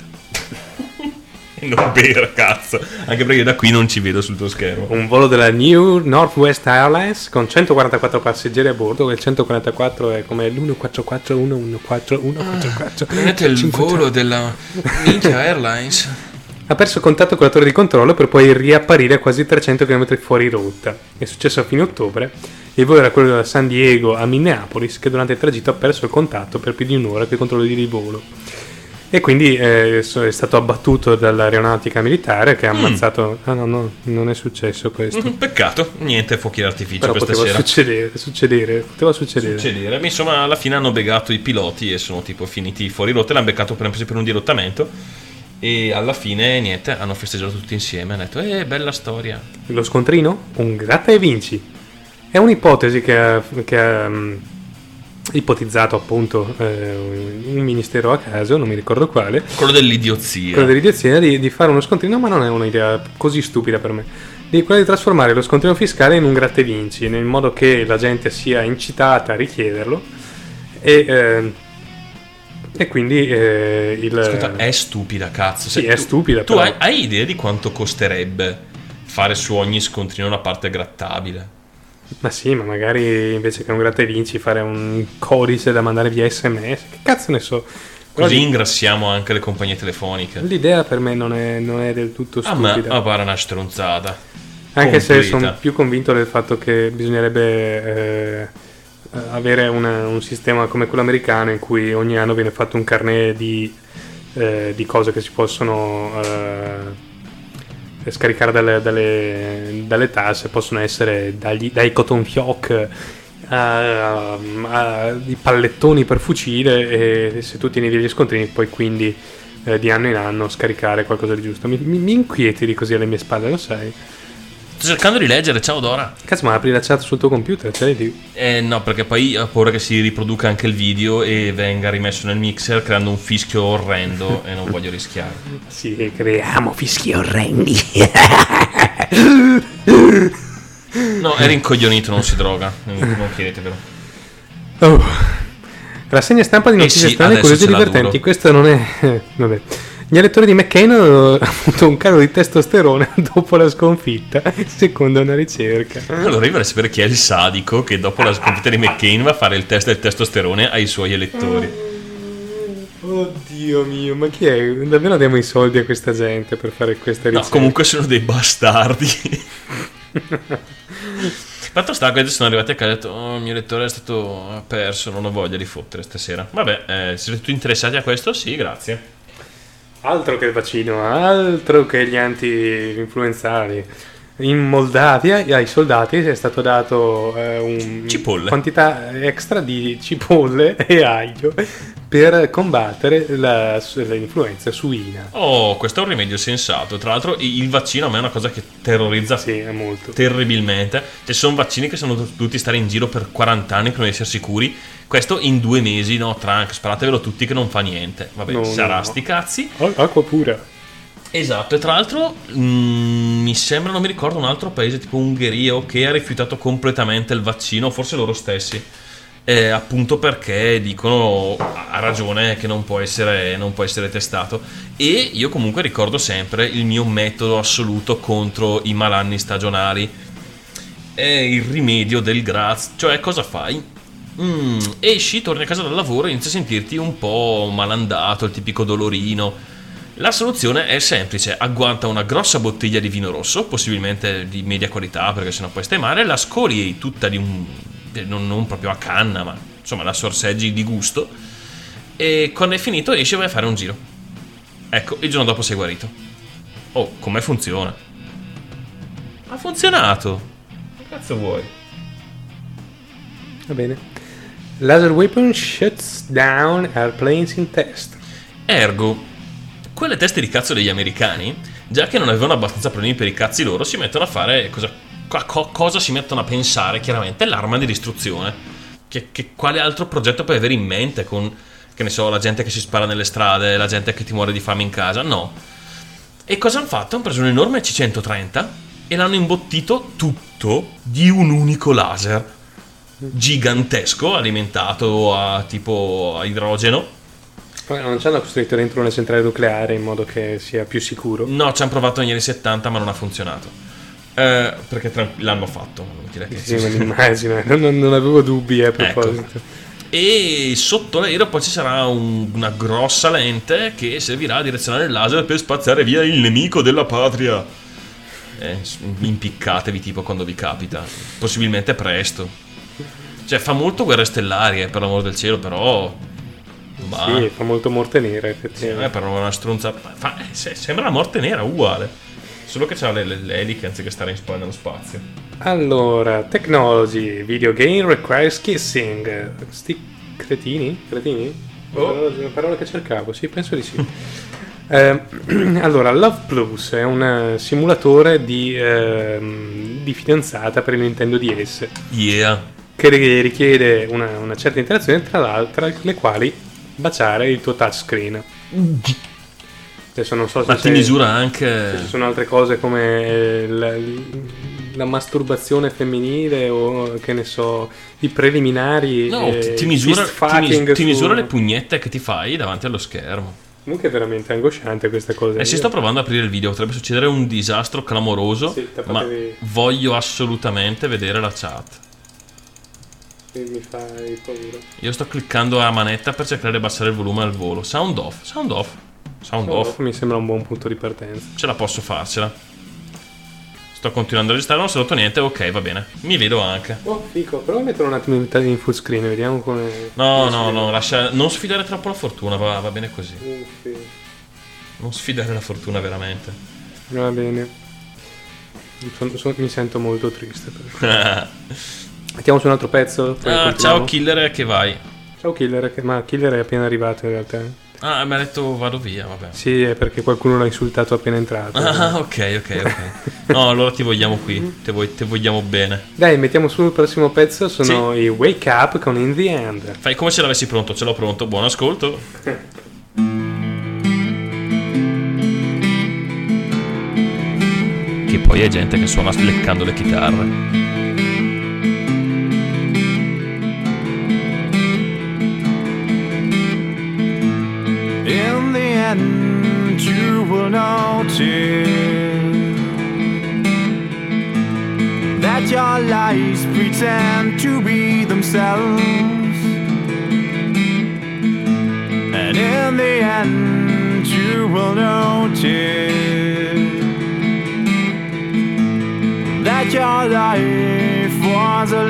E non vera, cazzo. Anche perché io da qui non ci vedo sul tuo schermo. Un volo della New Northwest Airlines con centoquarantaquattro passeggeri a bordo, il centoquarantaquattro è come l'uno quattro quattro uno uno quattro uno quattro quattro. Prendete il volo della Minchia Airlines. Ha perso contatto con la torre di controllo per poi riapparire a quasi trecento chilometri fuori rotta. È successo a fine ottobre. Il volo era quello da San Diego a Minneapolis, che durante il tragitto ha perso il contatto per più di un'ora con i controlli di volo. E quindi eh, so- è stato abbattuto dall'aeronautica militare che ha ammazzato... Ah no, no, non è successo questo. Mm, Peccato, niente fuochi d'artificio Però questa poteva sera. succedere, succedere, poteva succedere. Succedere. Ma insomma, alla fine hanno begato i piloti e sono tipo finiti fuori rotta. L'hanno beccato per esempio per un dirottamento. E alla fine, niente, hanno festeggiato tutti insieme. Hanno detto, eh, bella storia. Lo scontrino? Un gratta e vinci. È un'ipotesi che ha, che ha um, ipotizzato appunto eh, un ministero a caso, non mi ricordo quale. Quello dell'idiozia. Quello dell'idiozia di, di fare uno scontrino, ma non è un'idea così stupida per me. Di quella di trasformare lo scontrino fiscale in un gratta e vinci, in modo che la gente sia incitata a richiederlo e, eh, e quindi eh, il... Ascolta, è stupida, cazzo. Sì, Se è tu, stupida. Tu però. hai, hai idea di quanto costerebbe fare su ogni scontrino una parte grattabile? Ma sì, ma magari invece che un gratta e vinci fare un codice da mandare via sms, che cazzo ne so. Così Però ingrassiamo anche le compagnie telefoniche. l'idea per me non è, non è del tutto A me stupida. ah, pare una stronzata. Anche se completa. sono più convinto del fatto che bisognerebbe eh, avere una- un sistema come quello americano in cui ogni anno viene fatto un carnet di, eh, di cose che si possono eh, scaricare dalle, dalle, dalle tasse, possono essere dagli, dai cotton fioc a, a- di pallettoni per fucile, e se tu tieni via gli scontrini puoi quindi eh, di anno in anno scaricare qualcosa di giusto. Mi, mi, mi inquieti di così alle mie spalle, lo sai. Sto cercando di leggere, ciao Dora. Cazzo, ma apri la chat sul tuo computer, c'è di... Eh no, perché poi ho paura che si riproduca anche il video e venga rimesso nel mixer creando un fischio orrendo e non voglio rischiare. Sì, creiamo fischi orrendi. No, è rincoglionito, non si droga. Non non chiedetevelo. Oh. Rassegna stampa di Eh notizie sì, strane, adesso curiose e ce l'ha divertenti. duro. Questo non è... eh, vabbè. Gli elettori di McCain hanno avuto un calo di testosterone dopo la sconfitta, secondo una ricerca. Allora io vorrei sapere chi è il sadico che dopo la sconfitta di McCain va a fare il test del testosterone ai suoi elettori. Oddio mio, ma chi è? Davvero diamo i soldi a questa gente per fare questa No, ricerca? comunque sono dei bastardi. Fatto sta, questi sono arrivati a casa e hanno detto: oh, il mio elettore è stato perso, non ho voglia di fottere stasera. Vabbè, eh, siete tutti interessati a questo? Sì, grazie. Altro che il vaccino, altro che gli anti-influenzali. In Moldavia ai soldati è stato dato eh, un Cipolle. quantità extra di cipolle e aglio per combattere la- l'influenza suina. Oh, questo è un rimedio sensato. Tra l'altro il il vaccino a me è una cosa che terrorizza Sì, è molto. terribilmente. Ci sono vaccini che sono dovuti stare in giro per quaranta anni prima di essere sicuri. Questo in due mesi, no, trank, sparatevelo tutti che non fa niente. Vabbè, No, sarà no. sti cazzi. Oh, acqua pura. Esatto, e tra l'altro mh, mi sembra, non mi ricordo, un altro paese tipo Ungheria che ha rifiutato completamente il vaccino, forse loro stessi, eh, appunto perché dicono, ha ragione, che non può essere, non può essere testato. E io comunque ricordo sempre il mio metodo assoluto contro i malanni stagionali, è il rimedio del Graz. Cioè, cosa fai? Mm, esci, torni a casa dal lavoro e inizi a sentirti un po' malandato, il tipico dolorino. La soluzione è semplice: agguanta una grossa bottiglia di vino rosso, possibilmente di media qualità perché sennò puoi stemare, la scoli tutta di un... non, non proprio a canna, ma insomma la sorseggi di gusto, e quando è finito esci e vai a fare un giro. Ecco, il giorno dopo sei guarito. Oh, com'è funziona? Ha funzionato! Che cazzo vuoi? Va bene. Laser weapon shuts down airplanes in test. Ergo, quelle teste di cazzo degli americani, già che non avevano abbastanza problemi per i cazzi loro, si mettono a fare cosa, co- cosa si mettono a pensare? Chiaramente l'arma di distruzione. Che, che quale altro progetto puoi avere in mente con, che ne so, la gente che si spara nelle strade, la gente che ti muore di fame in casa? No. E cosa hanno fatto? Hanno preso un enorme C centotrenta e l'hanno imbottito tutto di un unico laser gigantesco alimentato a tipo a idrogeno. Ma non ci hanno costruito dentro una centrale nucleare in modo che sia più sicuro? No, ci hanno provato negli anni settanta ma non ha funzionato, eh, perché tra- l'hanno fatto, non ti direi Sì, che- sì, me l'immagino, non, non avevo dubbi a proposito. Ecco. E sotto l'aereo poi ci sarà un- una grossa lente che servirà a direzionare il laser per spazzare via il nemico della patria. Eh, s- impiccatevi tipo quando vi capita, possibilmente presto. Cioè fa molto Guerre Stellari, eh, per l'amor del cielo, però bah, Sì, fa molto morte nera, sì, effettivamente. eh, però una stronza fa- eh, se- sembra la morte nera uguale, solo che c'ha le, le, le eliche anziché stare in spa nello spazio. Allora, technology, video game requires kissing. Sti cretini? Cretini? Oh. È una parola che cercavo, sì, penso di sì. Eh, allora, Love Plus è un simulatore di, ehm, di fidanzata per il Nintendo D S Yeah. che richiede una, una certa interazione, tra l'altro, tra le quali baciare il tuo touchscreen. Adesso non so se Ma ti c'è- misura anche... se ci sono altre cose come eh, la, la masturbazione femminile o che ne so, i preliminari. No, eh, ti, ti misura, fist ti, mis- fucking ti su- misura le pugnette che ti fai davanti allo schermo. Comunque è veramente angosciante questa cosa. E si Io- sto provando ad aprire il video, potrebbe succedere un disastro clamoroso, Sì, tappatevi- ma voglio assolutamente vedere la chat. Mi fai paura. Io sto cliccando a manetta per cercare di abbassare il volume al volo. Sound off, sound off, sound off. Mi sembra un buon punto di partenza. Ce la posso farcela. Sto continuando a registrare, non si è rotto niente, ok, va bene. Mi vedo anche. Oh, fico, prova a mettere un attimo in in full screen, vediamo come. No, come si no, vede. no, lascia, non sfidare troppo la fortuna, va, va bene così. Uffi. Non sfidare la fortuna veramente. Va bene. Sono- sono- mi sento molto triste. Per... Mettiamo su un altro pezzo. poi Ah, continuiamo. ciao Killer, che vai? Ciao Killer, che- ma Killer è appena arrivato in realtà. Ah, mi ha detto vado via, vabbè. Sì, è perché qualcuno l'ha insultato appena entrato. Ah, ok, ok, ok. No, allora ti vogliamo qui, te, vuoi- te vogliamo bene. Dai, mettiamo su il prossimo pezzo, sono i Wake Up con In The End. Fai come se l'avessi pronto, ce l'ho pronto, buon ascolto. Che poi è gente che suona leccando le chitarre. In the end, you will notice that your lies pretend to be themselves. And in the end, you will notice that your life was a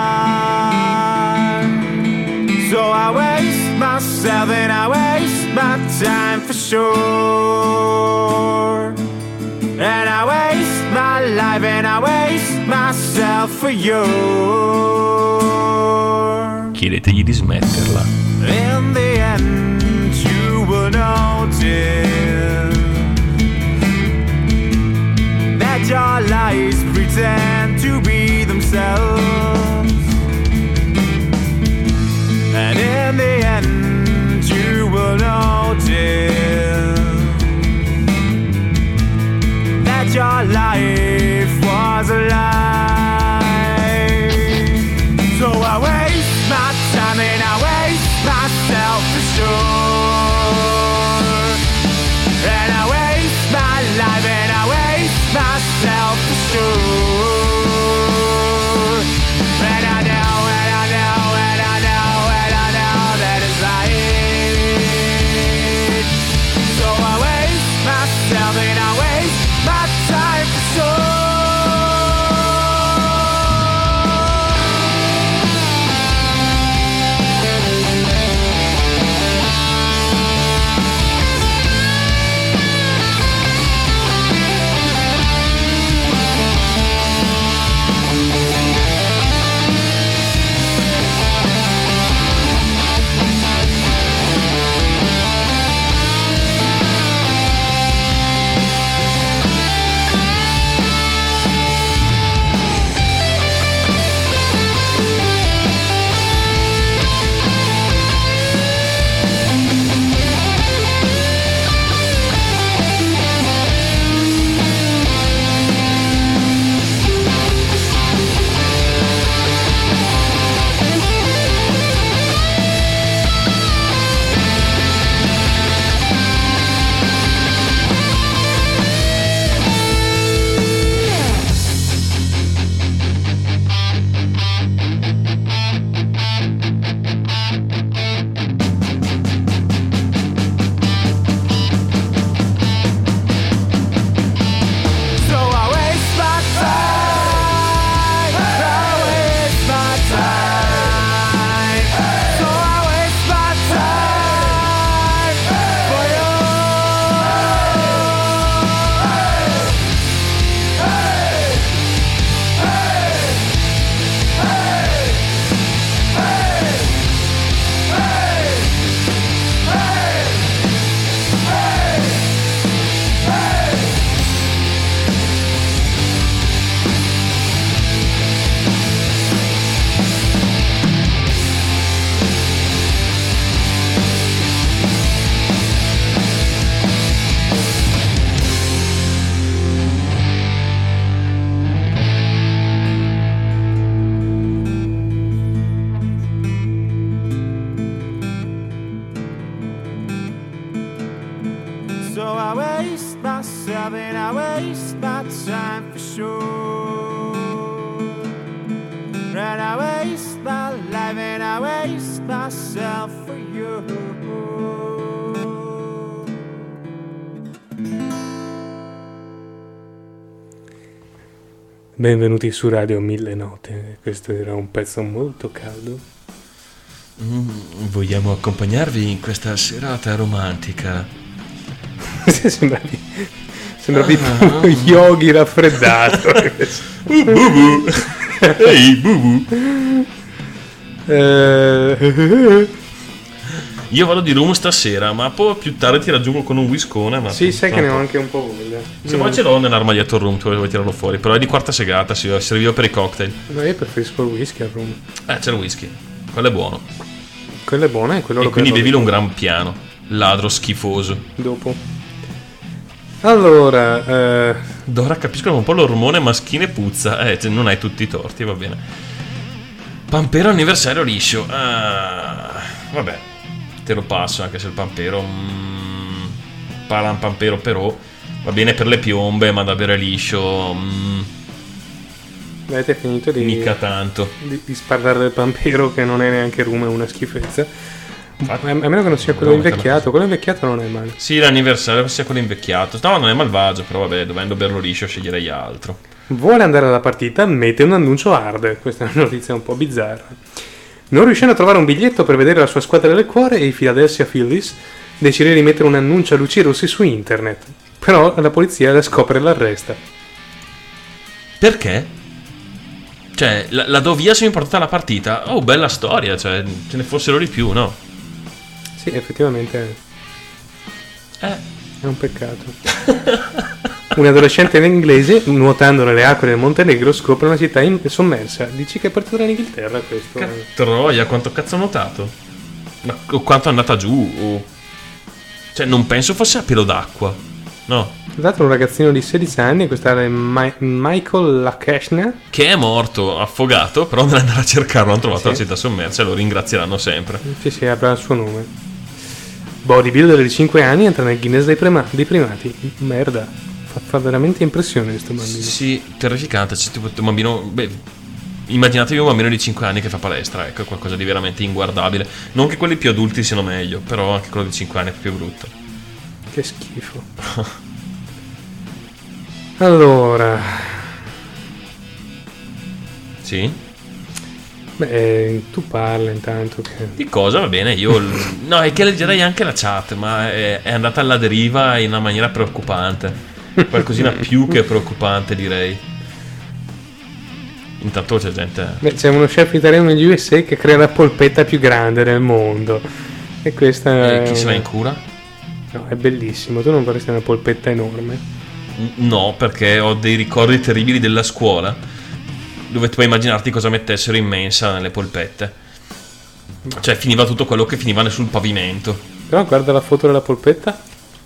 lie. So I waste myself and I waste my time for sure. And I waste my life and I waste myself for you. Chiedetegli di smetterla. In the end, you will notice that your lies pretend to be themselves. And in the end, you will notice that your life was a lie. So I waste my time and I waste myself for sure. And I waste my life and I waste myself for sure. And I know, and I know, and I know, and I know that it's right. So I waste myself and I waste my time for sure. sign for sure. And I waste my life and I waste myself for you. Benvenuti su Radio Mille Note. Questo era un pezzo molto caldo. Mm, vogliamo accompagnarvi in questa serata romantica. sembravi sembravi ah. Yogi raffreddato. uh, bubu. Ehi, bubu. Uh, Io vado di room stasera, ma poi più tardi ti raggiungo con un whiskone. Ma sì, sai che ne ho anche un po' voglia. Se vuoi ce l'ho nell'armadietto room, tu vuoi tirarlo fuori. Però è di quarta segata, si serviva per i cocktail. No, io preferisco il whisky al room. Eh, c'è il whisky. Quello è buono. Quello è buono e quello e lo quindi bevo bevilo un gran piano. Ladro schifoso. dopo. Allora, eh... Dora capisco che un po' l'ormone maschile puzza. Eh, cioè, non hai tutti i torti, va bene. Pampero anniversario liscio. Ah, vabbè. Te lo passo, anche se il pampero mm, paran pampero però va bene per le piombe, ma da bere liscio mm, avete finito di mica tanto di, di sparlare del pampero, che non è neanche rum, è una schifezza. Infatti, a meno che non sia quello no, invecchiato. Quello invecchiato non è male. Sì, l'anniversario sia quello invecchiato. No, non è malvagio, però vabbè, dovendo berlo liscio sceglierei altro. Vuole andare alla partita, mette un annuncio hard. Questa è una notizia un po' bizzarra. Non riuscendo a trovare un biglietto per vedere la sua squadra del cuore, i Philadelphia Phillies decide di mettere un annuncio a luci rossi su internet. Però la polizia la scopre e l'arresta. Perché? Cioè, la, la do via se mi portata alla partita. Oh, bella storia, cioè, ce ne fossero di più, no? Sì, effettivamente Eh. è un peccato. Un adolescente inglese, nuotando nelle acque del Montenegro, scopre una città in- sommersa. Dici che è partito dall'Inghilterra questo? Troia, quanto cazzo ha nuotato? Ma o quanto è andata giù? O... Cioè, non penso fosse a pelo d'acqua. No. Tra l'altro un ragazzino di sedici anni, questo è Ma- Michael Lakeshna, Che è morto affogato, però nell'andare a cercarlo hanno trovato Sì. la città sommersa e lo ringrazieranno sempre. Sì, sì, avrà il suo nome. Bodybuilder di cinque anni entra nel Guinness dei, prima- dei primati. Merda, fa, fa veramente impressione questo bambino. Sì, terrificante. C'è tipo un bambino. Beh, immaginatevi un bambino di cinque anni che fa palestra, ecco, è qualcosa di veramente inguardabile. Non che quelli più adulti siano meglio, però anche quello di cinque anni è più brutto. Che schifo. Allora, Sì? beh, tu parla intanto che... Di cosa? Va bene, io. No, è che leggerei anche la chat, ma è, è andata alla deriva in una maniera preoccupante. Qualcosina più che preoccupante, direi. Intanto c'è gente. Beh, c'è uno chef italiano negli U S A che crea la polpetta più grande del mondo. E questa Eh, è chi se una- la incura? No, è bellissimo. Tu non vorresti una polpetta enorme? N- No, perché ho dei ricordi terribili della scuola, dove tu puoi immaginarti cosa mettessero in mensa nelle polpette. Cioè, finiva tutto quello che finiva sul pavimento. Però guarda la foto della polpetta.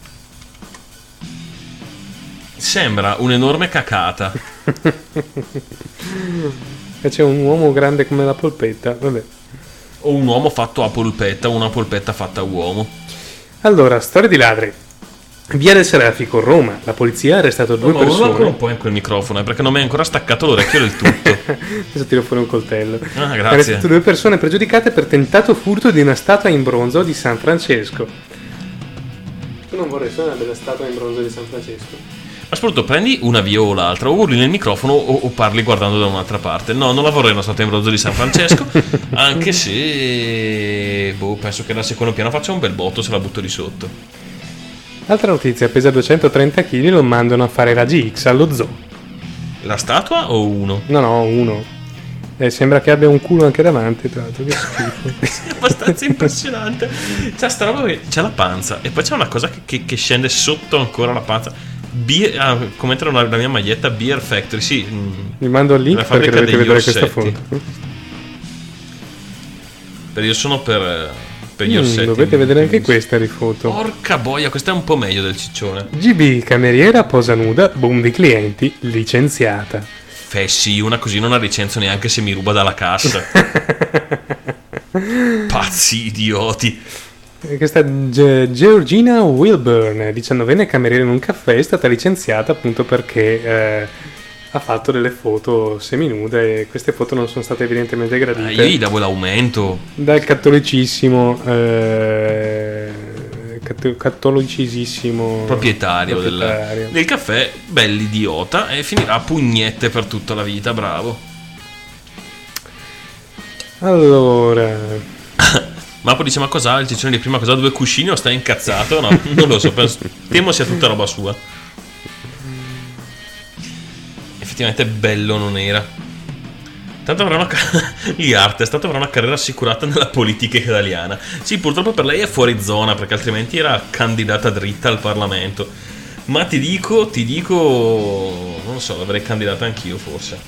Sembra un'enorme cacata. E c'è un uomo grande come la polpetta. Vabbè. O un uomo fatto a polpetta, o una polpetta fatta a uomo. Allora, storia di ladri. Via del Serafico, Roma. La polizia ha arrestato due Ma urla ancora persone. un po' in quel microfono, eh, perché non mi è ancora staccato l'orecchio del tutto. Adesso tiro fuori un coltello. Ah, Ha grazie. arrestato due persone pregiudicate per tentato furto di una statua in bronzo di San Francesco. Tu non vorresti una bella statua in bronzo di San Francesco? Ma soprattutto prendi una via o l'altra, o urli nel microfono o, o parli guardando da un'altra parte. No, non la vorrei una statua in bronzo di San Francesco, anche se boh, penso che dal secondo piano faccia un bel botto se la butto di sotto. Altra notizia, pesa duecentotrenta chili, lo mandano a fare raggi X allo zoo. La statua o uno? No, no, uno. Eh, sembra che abbia un culo anche davanti, tra l'altro, che schifo. È abbastanza impressionante. C'è sta roba che c'è la panza e poi c'è una cosa che, che, che scende sotto ancora la panza. Beer, ah, come entra una- la mia maglietta Beer Factory, sì. mm, Vi mando il link La perché fabbrica dovete degli vedere questa orsetti. foto. Per io sono per, per gli Mm, orsetti. dovete vedere anche questa rifoto. Porca boia, questa è un po' meglio del ciccione. G B, cameriera, posa nuda, boom di clienti, licenziata. Fessi, una così non la licenzio neanche se mi ruba dalla cassa. Pazzi idioti. Questa Ge- Georgina Wilburn, diciannovenne cameriera in un caffè, è stata licenziata appunto perché eh, ha fatto delle foto seminude e queste foto non sono state evidentemente gradite. Ah, io gli davo l'aumento. Dal cattolicissimo eh, catto- cattolicissimo Proprietario, proprietario. Del, del caffè, bell'idiota, e finirà a pugnette per tutta la vita, bravo. Allora... Mappo dice: ma cos'ha il ciccione di prima? Cos'ha, due cuscini o sta incazzato? No, non lo so, penso, temo sia tutta roba sua. Effettivamente bello non era. Tanto avrà una gli arte, è stato avrà una carriera assicurata nella politica italiana. Sì, purtroppo per lei è fuori zona, perché altrimenti era candidata dritta al Parlamento. Ma ti dico, ti dico, non lo so, l'avrei candidata anch'io forse.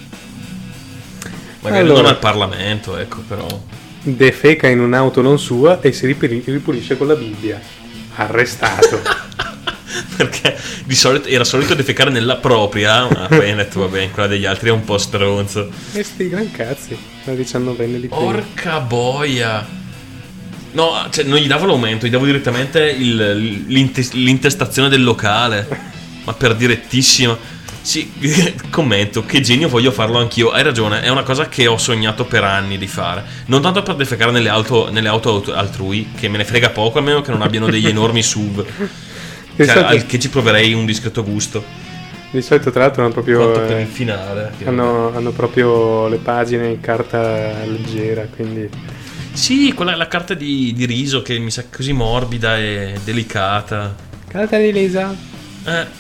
Magari allora, non al Parlamento, ecco, però. Defeca in un'auto non sua e si ripuli- ripulisce con la Bibbia. Arrestato. Perché di solito era solito defecare nella propria, ma poi hai detto vabbè, quella degli altri è un po' stronzo. E sti gran cazzi, la diciannovenne di prima. Porca boia. No, cioè non gli davo l'aumento, gli davo direttamente il, l'inte- l'intestazione del locale. Ma per direttissima. Sì, commento, che genio, voglio farlo anch'io. Hai ragione, è una cosa che ho sognato per anni di fare. Non tanto per defecare nelle auto, nelle auto altrui, che me ne frega poco, a meno che non abbiano degli enormi S U V. Che, al che ci proverei un discreto gusto. Di solito tra l'altro hanno proprio Quanto per il finale hanno, hanno proprio le pagine in carta leggera, quindi sì, quella è la carta di, di riso che mi sa così morbida e delicata. Carta di Lisa. Eh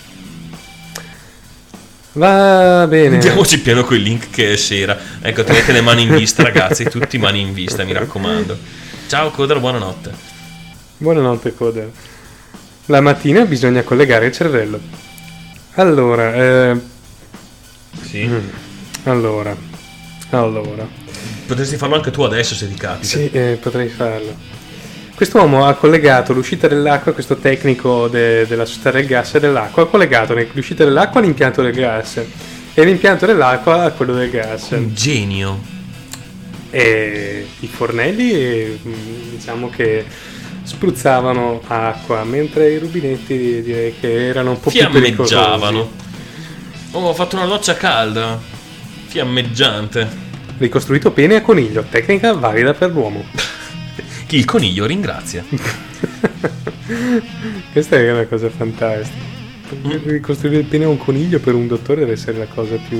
Va bene. Andiamoci piano con il link che è sera. Ecco, tenete le mani in vista, ragazzi, tutti mani in vista, mi raccomando. Ciao Coder, buonanotte. Buonanotte Coder. La mattina bisogna collegare il cervello. Allora, eh... sì. Mm. Allora, allora. Potresti farlo anche tu adesso se ti capita. Sì, eh, potrei farlo. Quest'uomo ha collegato l'uscita dell'acqua, questo tecnico de- della società del gas e dell'acqua, ha collegato l'uscita dell'acqua all'impianto del gas e l'impianto dell'acqua a quello del gas. Un genio. E i fornelli, eh, diciamo che spruzzavano acqua, mentre i rubinetti direi che erano un po' più pericolosi. Fiammeggiavano. Oh, ho fatto una doccia calda, fiammeggiante. Ricostruito pene a coniglio, tecnica valida per l'uomo. Il coniglio ringrazia. Questa è una cosa fantastica. Mm. Ricostruire il pene a un coniglio per un dottore deve essere la cosa più...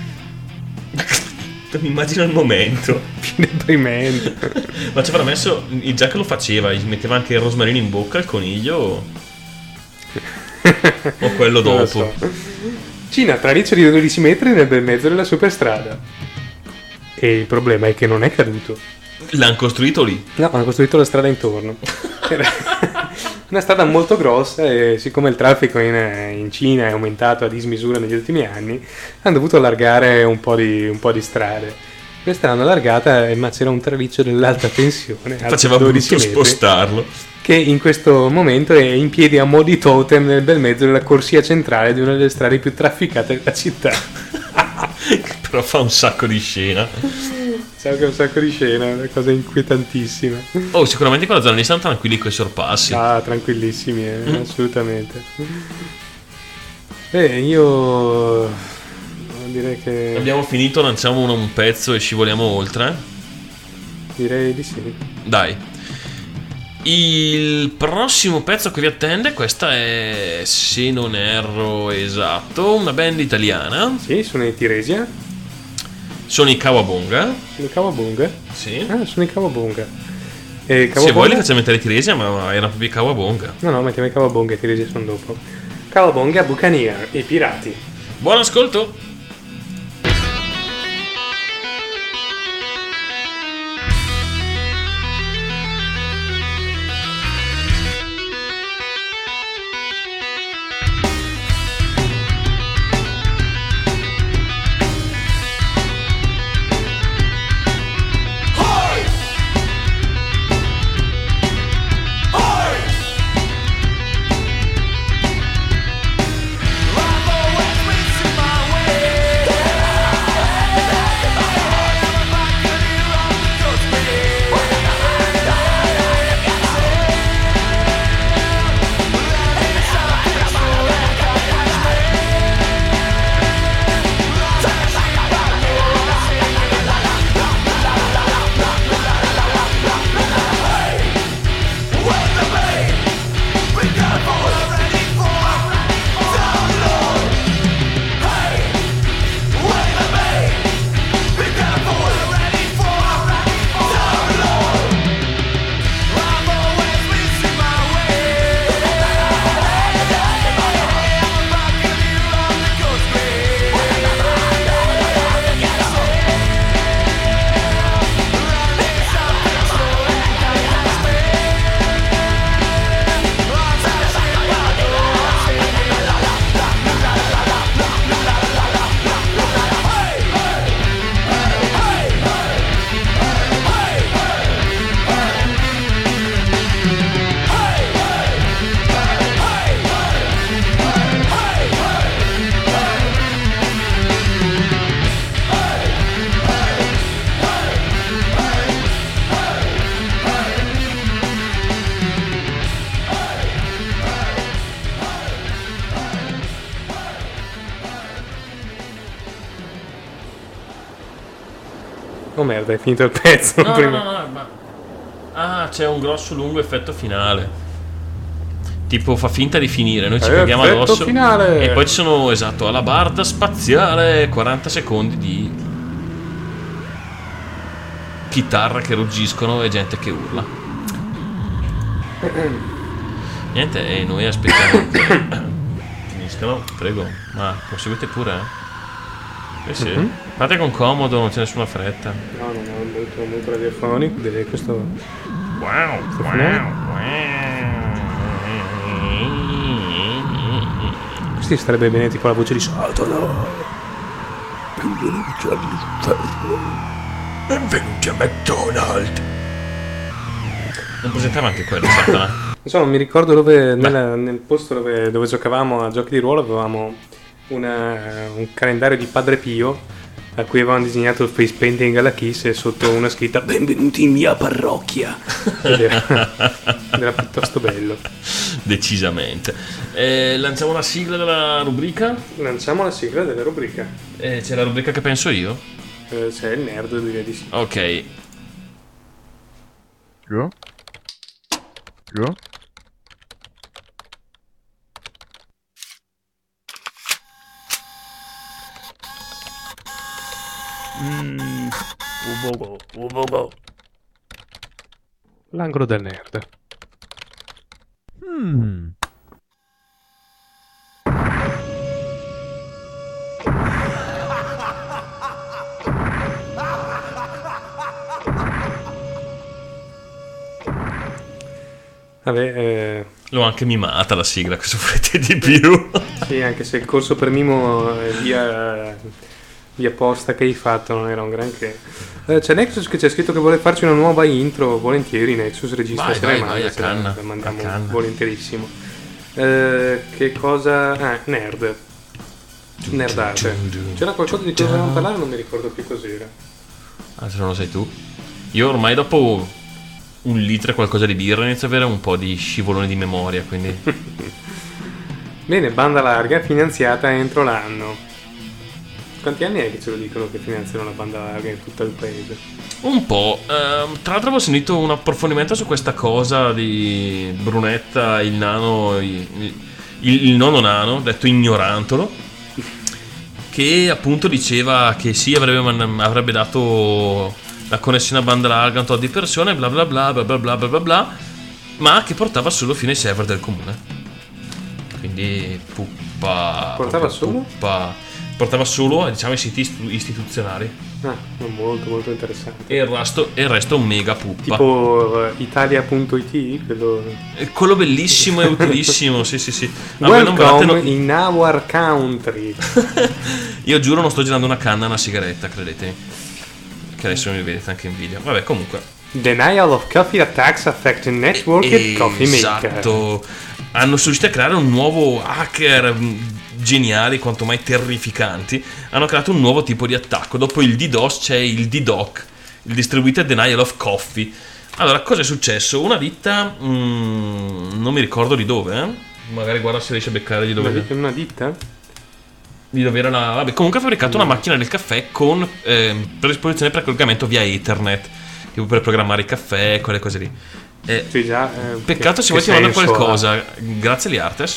Mi immagino il momento. più deprimente. Ma ci avrà messo, già che lo faceva, gli metteva anche il rosmarino in bocca al coniglio o quello dopo. Non lo so. Cina, traliccio di dodici metri nel bel mezzo della superstrada. E il problema è che non è caduto. L'hanno costruito lì? No, hanno costruito la strada intorno. Era una strada molto grossa e siccome il traffico in, in Cina è aumentato a dismisura negli ultimi anni, hanno dovuto allargare un po' di, un po' di strade. Questa l'hanno allargata, ma c'era un traliccio dell'alta tensione. Faceva brutto spostarlo. Che in questo momento è in piedi a mo' di totem nel bel mezzo della corsia centrale di una delle strade più trafficate della città. Però fa un sacco di scena. Sai che è un sacco di scena, è una cosa inquietantissima. Oh, sicuramente quella zona lì stanno tranquilli coi sorpassi. Ah, tranquillissimi, eh, mm. assolutamente. Beh, io direi che... Abbiamo finito, lanciamo un, un pezzo e scivoliamo oltre? Direi di sì. Dai. Il prossimo pezzo che vi attende, questa è, se non erro esatto, una band italiana. Sì, sono i Tiresia. Sono i Kawabonga. Sono i Kawabonga? Sì. Ah, sono i Kawabonga. E Kawabonga... Se vuoi li facciamo mettere i Tiresia, ma erano proprio i Kawabonga. No, no, mettiamo i Kawabonga e i Tiresia sono dopo. Kawabonga, Buccaneer, i pirati. Buon ascolto! My way. Oh merda, è finito il pezzo No, prima. no, no, no, ma... Ah, c'è un grosso lungo effetto finale. Tipo fa finta di finire, noi ci Eh, caghiamo effetto addosso. finale. E poi ci sono, esatto, alla barda spaziale quaranta secondi di chitarra che ruggiscono e gente che urla. Niente, e noi aspettiamo che finiscano, prego. Ma proseguite pure, eh? Eh sì. Mhm. Fate con comodo, non c'è nessuna fretta. No, no, no, molto, molto radiofonico. Deve questo. Wow, wow, Questi starebbe bene tipo la voce di Satana. Benvenuti all'inferno. Benvenuti a McDonald's. Non presentava anche quello, Satana? Non so, non mi ricordo dove, nella, nel posto dove, dove giocavamo a giochi di ruolo, avevamo una, un calendario di Padre Pio a cui avevamo disegnato il face painting alla Kiss e sotto una scritta "Benvenuti in mia parrocchia". Ed era, ed era piuttosto bello. Decisamente. Eh, lanciamo la sigla della rubrica? Lanciamo la sigla della rubrica. Eh, c'è la rubrica che penso io? Eh, c'è il nerd, direi di sì. Ok. Io? Io? Mmm, ubogo, ubogo. L'angolo del nerd. Hmm. Vabbè, eh, L'ho anche mimata la sigla, cosa volete di più? sì, anche se il corso per mimo eh, via, via posta che hai fatto non era un granché. Eh, c'è Nexus che c'è scritto che vuole farci una nuova intro, volentieri. Nexus registra Vai, se vai, ne vai, manda, a se la- canna, la mandiamo a canna. volentierissimo. Eh, che cosa? Ah, nerd. Nerdate. C'era qualcosa di cui volevamo parlare, non mi ricordo più cos'era. Ah, se non lo sai tu. Io ormai dopo un litro e qualcosa di birra inizio ad avere un po' di scivolone di memoria, quindi... Bene, banda larga finanziata entro l'anno. Quanti anni è che ce lo dicono che finanziano la banda larga in tutto il paese? Un po'. Ehm, tra l'altro avevo sentito un approfondimento su questa cosa di Brunetta, il nano, il, il, il nono nano, detto ignorantolo, che appunto diceva che sì, avrebbe, man- avrebbe dato la connessione a banda larga a un tot di persone, bla bla bla bla bla bla bla bla bla, ma che portava solo fino ai server del comune. Quindi puppa. Portava proprio solo? Puppa. Portava solo, diciamo, ai siti istu- istituzionali. Ah, molto molto interessante. E il resto, e il resto un mega puppa. Tipo uh, italia punto it, quello... E quello bellissimo e utilissimo, sì sì sì. A voi non Welcome guardate, no- in our country. Io giuro non sto girando una canna a una sigaretta, credetemi. Che adesso mi vedete anche in video. Vabbè, comunque. Denial of coffee attacks affecting networked coffee maker. Esatto. Hanno sono riusciti a creare un nuovo hacker mh, geniali, quanto mai terrificanti. Hanno creato un nuovo tipo di attacco. Dopo il DDoS c'è il DDoC, il Distributed Denial of Coffee. Allora, cosa è successo? Una ditta, mh, non mi ricordo di dove, eh? Magari guarda se riesce a beccare di dove. Una, una ditta? Di dove era la... Vabbè, comunque ha fabbricato una macchina del caffè con eh, predisposizione per collegamento via Ethernet, tipo per programmare i caffè, quelle cose lì. Eh, Sì, già. eh, peccato che- se vuoi che ti mando senso ha? qualcosa. Grazie agli Artes.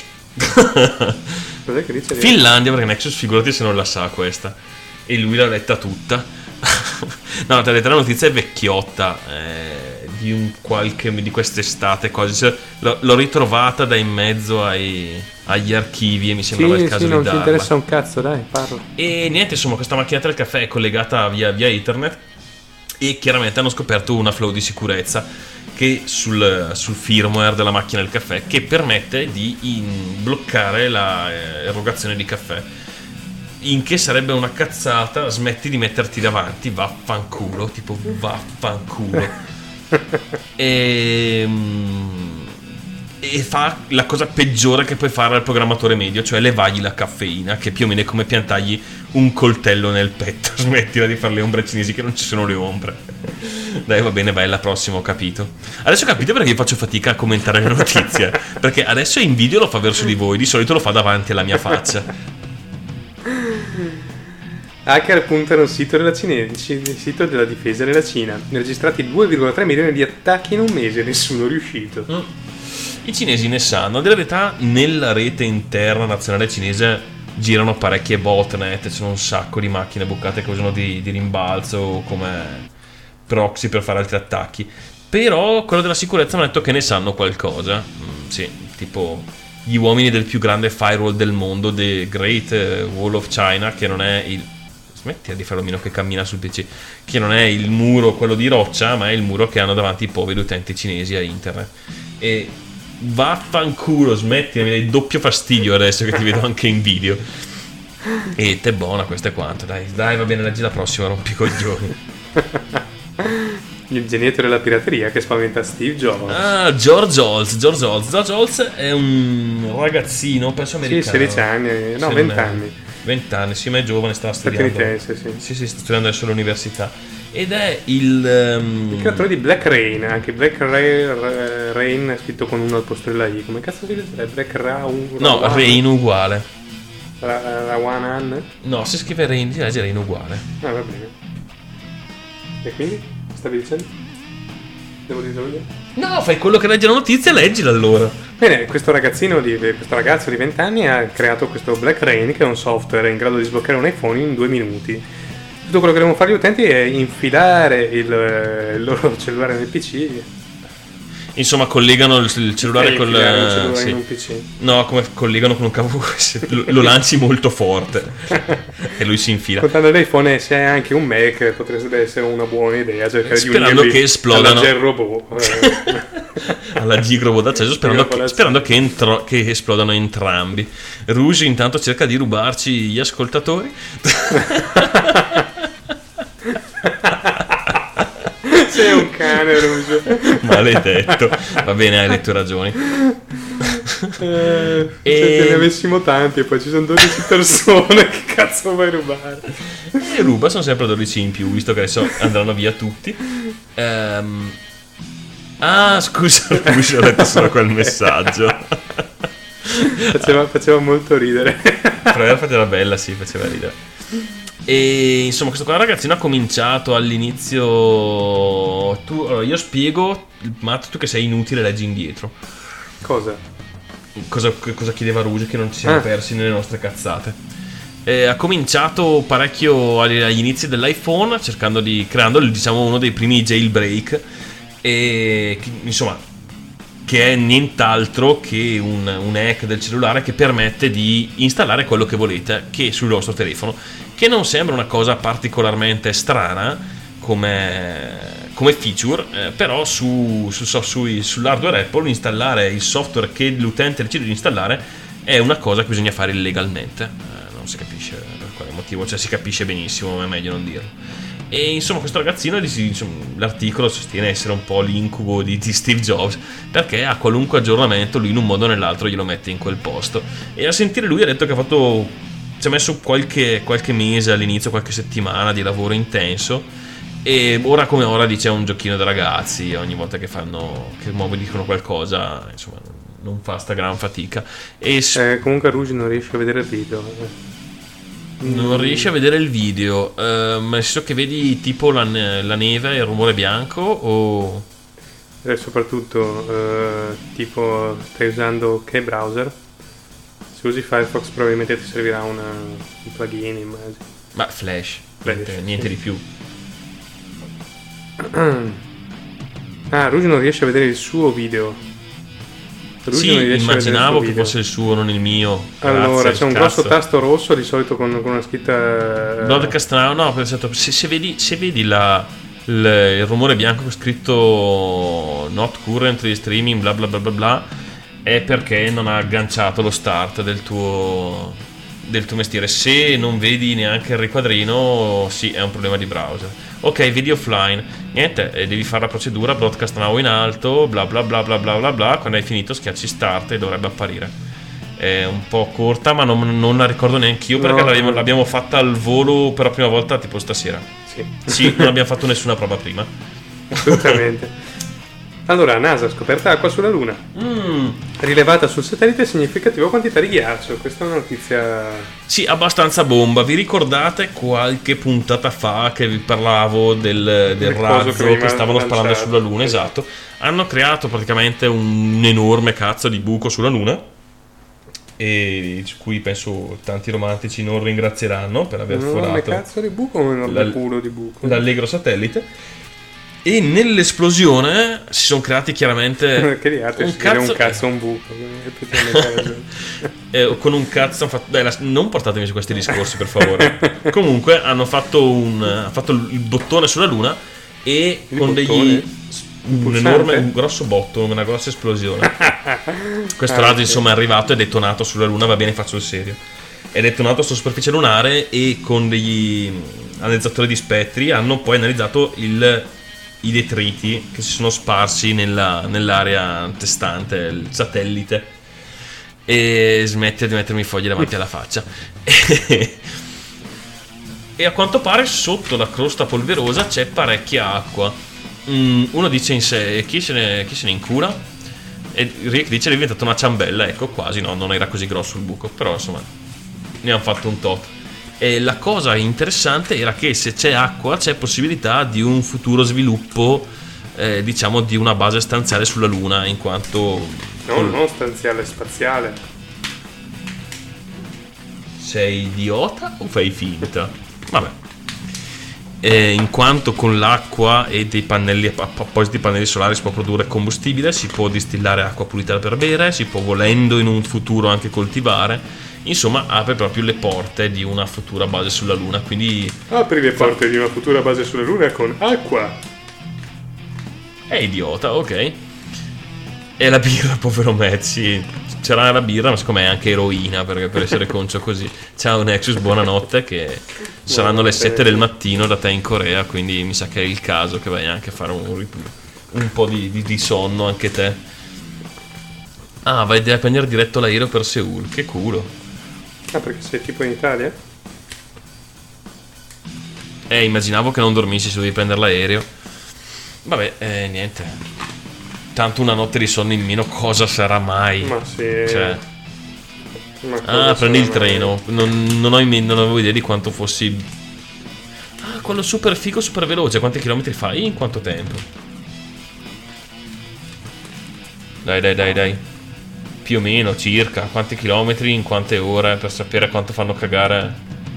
Cos'è che dice? Finlandia, perché Nexus figurati se non la sa questa. E lui l'ha letta tutta. No, te la notizia è vecchiotta, eh, di un qualche di quest'estate quasi. Cioè, l'ho, l'ho ritrovata da in mezzo ai, agli archivi e mi sembrava Sì, il caso sì, di non ci darla. interessa un cazzo, dai, parla. E niente, insomma, questa macchinetta del caffè è collegata via, via Ethernet e chiaramente hanno scoperto una flow di sicurezza che sul, sul firmware della macchina del caffè, che permette di in- bloccare la eh, erogazione di caffè. In che sarebbe una cazzata, smetti di metterti davanti, vaffanculo, tipo vaffanculo. e, e fa la cosa peggiore che puoi fare al programmatore medio, cioè levagli la caffeina, che più o meno è come piantargli un coltello nel petto. Smettila di fare le ombre cinesi, che non ci sono le ombre. Dai, va bene, vai, la prossima, ho capito. Adesso capite perché io faccio fatica a commentare le notizie, perché adesso in video lo fa verso di voi, di solito lo fa davanti alla mia faccia. Hacker puntano il sito della Cina, il sito della difesa della Cina. Registrati due virgola tre milioni di attacchi in un mese, nessuno riuscito. Mm. I cinesi ne sanno. Della verità, nella rete interna nazionale cinese girano parecchie botnet, ci sono un sacco di macchine bucate che usano di, di rimbalzo come proxy per fare altri attacchi. Però quello della sicurezza mi ha detto che ne sanno qualcosa. Mm, sì, tipo gli uomini del più grande firewall del mondo, The Great Wall of China, che non è il... smetti di fare l'omino che cammina sul P C, che non è il muro quello di roccia, ma è il muro che hanno davanti i poveri utenti cinesi a internet. E vaffanculo, smetti, mi dai doppio fastidio adesso che ti vedo anche in video. E te buona, questo è quanto. Dai, dai, va bene, leggi la prossima, rompi i coglioni. Il genietro della pirateria che spaventa Steve Jobs. Ah, George Holtz. George Holtz. George Holtz è un ragazzino, penso americano. Sì, sedici anni, no, venti anni. venti anni, sì, ma è giovane, sta studiando. Statunitense, sì. Sì, sì, sta studiando adesso all'università. Ed è il... Um... il creatore di Black Rain, anche Black Rain, Rain è scritto con uno al posto della I. Come cazzo si dice? Black Rain? No, Rain uguale. Rawanan? No, si scrive Rain, si legge Rain uguale. Ah, va bene. E quindi? Stavi dicendo? Devo dirlo io? No, fai quello che legge la notizia e leggila allora. Bene, questo ragazzino di questo ragazzo di venti anni ha creato questo Black Rain, che è un software in grado di sbloccare un iPhone in due minuti. Tutto quello che devono fare gli utenti è infilare il, il loro cellulare nel P C. Insomma, collegano il cellulare e col il cellulare sì. in un P C. No, come collegano con un cavo U S B, lo, lo lanci molto forte e lui si infila. Contando l'iPhone, se hai anche un Mac, potrebbe essere una buona idea cercare sperando di che esplodano alla G-Robot. alla G-Robot d'accesso, sperando, che, sperando che, entro, che esplodano entrambi. Rouge intanto cerca di rubarci gli ascoltatori. Sei un cane, Rouge. Maledetto. Va bene, hai le tue ragioni. Eh, e... Se te ne avessimo tanti e poi ci sono dodici persone, che cazzo vuoi rubare? E ruba, sono sempre dodici in più, visto che adesso andranno via tutti. Um... Ah, scusa, Rouge, ho letto solo quel messaggio. Faceva, faceva molto ridere. Però faceva bella, sì, faceva ridere. E insomma, questo qua ragazzino ha cominciato all'inizio. Tu, allora, io spiego, Matt, tu che sei inutile, leggi indietro. Cosa? Cosa, cosa chiedeva Rouge, che non ci siamo ah. persi nelle nostre cazzate. Eh, ha cominciato parecchio agli, agli inizi dell'iPhone, cercando di creando, diciamo, uno dei primi jailbreak. E insomma, che è nient'altro che un, un hack del cellulare che permette di installare quello che volete che sul vostro telefono, che non sembra una cosa particolarmente strana come, come feature, eh, però su, su, su, sull'hardware Apple installare il software che l'utente decide di installare è una cosa che bisogna fare illegalmente, eh, non si capisce per quale motivo, cioè si capisce benissimo, ma è meglio non dirlo. E insomma, questo ragazzino, insomma, l'articolo sostiene essere un po' l'incubo di, di Steve Jobs, perché a qualunque aggiornamento lui in un modo o nell'altro glielo mette in quel posto. E a sentire lui ha detto che ha fatto, ci ha messo qualche, qualche mese all'inizio, qualche settimana di lavoro intenso, e ora come ora dice è un giochino da ragazzi, ogni volta che fanno, che muovono, dicono qualcosa, insomma non fa sta gran fatica. E eh, comunque Rouge non riesce a vedere il video. Non riesci a vedere il video, uh, ma nel senso che vedi tipo la, la neve e il rumore bianco o... E soprattutto uh, tipo stai usando che browser? Se usi Firefox probabilmente ti servirà una, un plugin, immagino. Ma Flash, Flash niente, niente sì. di più. Ah, Rouge non riesce a vedere il suo video. Sì, immaginavo che fosse il suo, non il mio. Grazie, allora, c'è un cazzo. grosso tasto rosso di solito con, con una scritta Broadcast Now, no, pensato, se, se vedi, se vedi la, il, il rumore bianco con scritto Not Currently Streaming, bla bla bla bla bla, è perché non ha agganciato lo start del tuo, del tuo mestiere. Se non vedi neanche il riquadrino, sì, è un problema di browser. Ok, video offline, niente, devi fare la procedura broadcast now in alto, bla bla bla bla bla bla bla. Quando hai finito schiacci start e dovrebbe apparire. È un po' corta, ma non, non la ricordo neanche io, perché no, l'abbiamo, l'abbiamo fatta al volo per la prima volta tipo stasera. Sì, sì, non abbiamo fatto nessuna prova prima. Assolutamente. Allora, NASA, scoperta acqua sulla Luna. Mm. Rilevata sul satellite significativa quantità di ghiaccio. Questa è una notizia... Sì, abbastanza bomba. Vi ricordate qualche puntata fa che vi parlavo del, del razzo che, che stavano sparando sulla Luna? Esatto. Hanno creato praticamente un enorme cazzo di buco sulla Luna, e su cui penso tanti romantici non ringrazieranno per aver un forato enorme cazzo di buco o un enorme la, culo di buco? L'allegro satellite. E nell'esplosione si sono creati chiaramente che diate, un si cazzo, un cazzo un buco eh, con un cazzo fatto, dai, la, non portatemi su questi discorsi per favore. Comunque hanno fatto un ha fatto il bottone sulla Luna e il con bottone? degli un Pulsante? enorme un grosso botto, una grossa esplosione. Questo razzo insomma è arrivato e detonato sulla Luna, va bene, faccio il serio. È detonato sulla superficie lunare e con degli analizzatori di spettri hanno poi analizzato il i detriti che si sono sparsi nella, nell'area antestante il satellite. E smetti di mettermi foglie davanti alla faccia. E a quanto pare sotto la crosta polverosa c'è parecchia acqua. mm, uno dice in sé chi se ne, chi se ne incura, e Rick dice è diventata una ciambella. Ecco, quasi, no, non era così grosso il buco, però insomma ne hanno fatto un tot. E la cosa interessante era che se c'è acqua c'è possibilità di un futuro sviluppo, eh, diciamo, di una base stanziale sulla Luna, in quanto no, col... non stanziale, spaziale. Sei idiota o fai finta? Vabbè. E in quanto con l'acqua e dei pannelli appositi pannelli solari si può produrre combustibile, si può distillare acqua pulita per bere, si può, volendo in un futuro, anche coltivare. Insomma, apre proprio le porte di una futura base sulla Luna. Quindi apri le porte di una futura base sulla Luna con acqua. È idiota, ok. E la birra, povero Mezzi. C'era la birra, ma siccome è anche eroina, perché per essere concio così. Ciao Nexus, buonanotte, che saranno le sette del mattino da te in Corea, quindi mi sa che è il caso che vai anche a fare un, un po' di, di, di sonno anche te. Ah, vai a prendere diretto l'aereo per Seul, che culo. Ah, perché sei tipo in Italia? Eh, immaginavo che non dormissi se dovevi prendere l'aereo. Vabbè, eh, niente. Tanto una notte di sonno in meno cosa sarà mai? Ma sì. Cioè. Ma ah, prendi il treno. Non, non, ho in, non avevo idea di quanto fossi. Ah, quello super figo, super veloce. Quanti chilometri fai? In quanto tempo? Dai, dai, dai, dai. Più o meno, circa. Quanti chilometri in quante ore, per sapere quanto fanno cagare.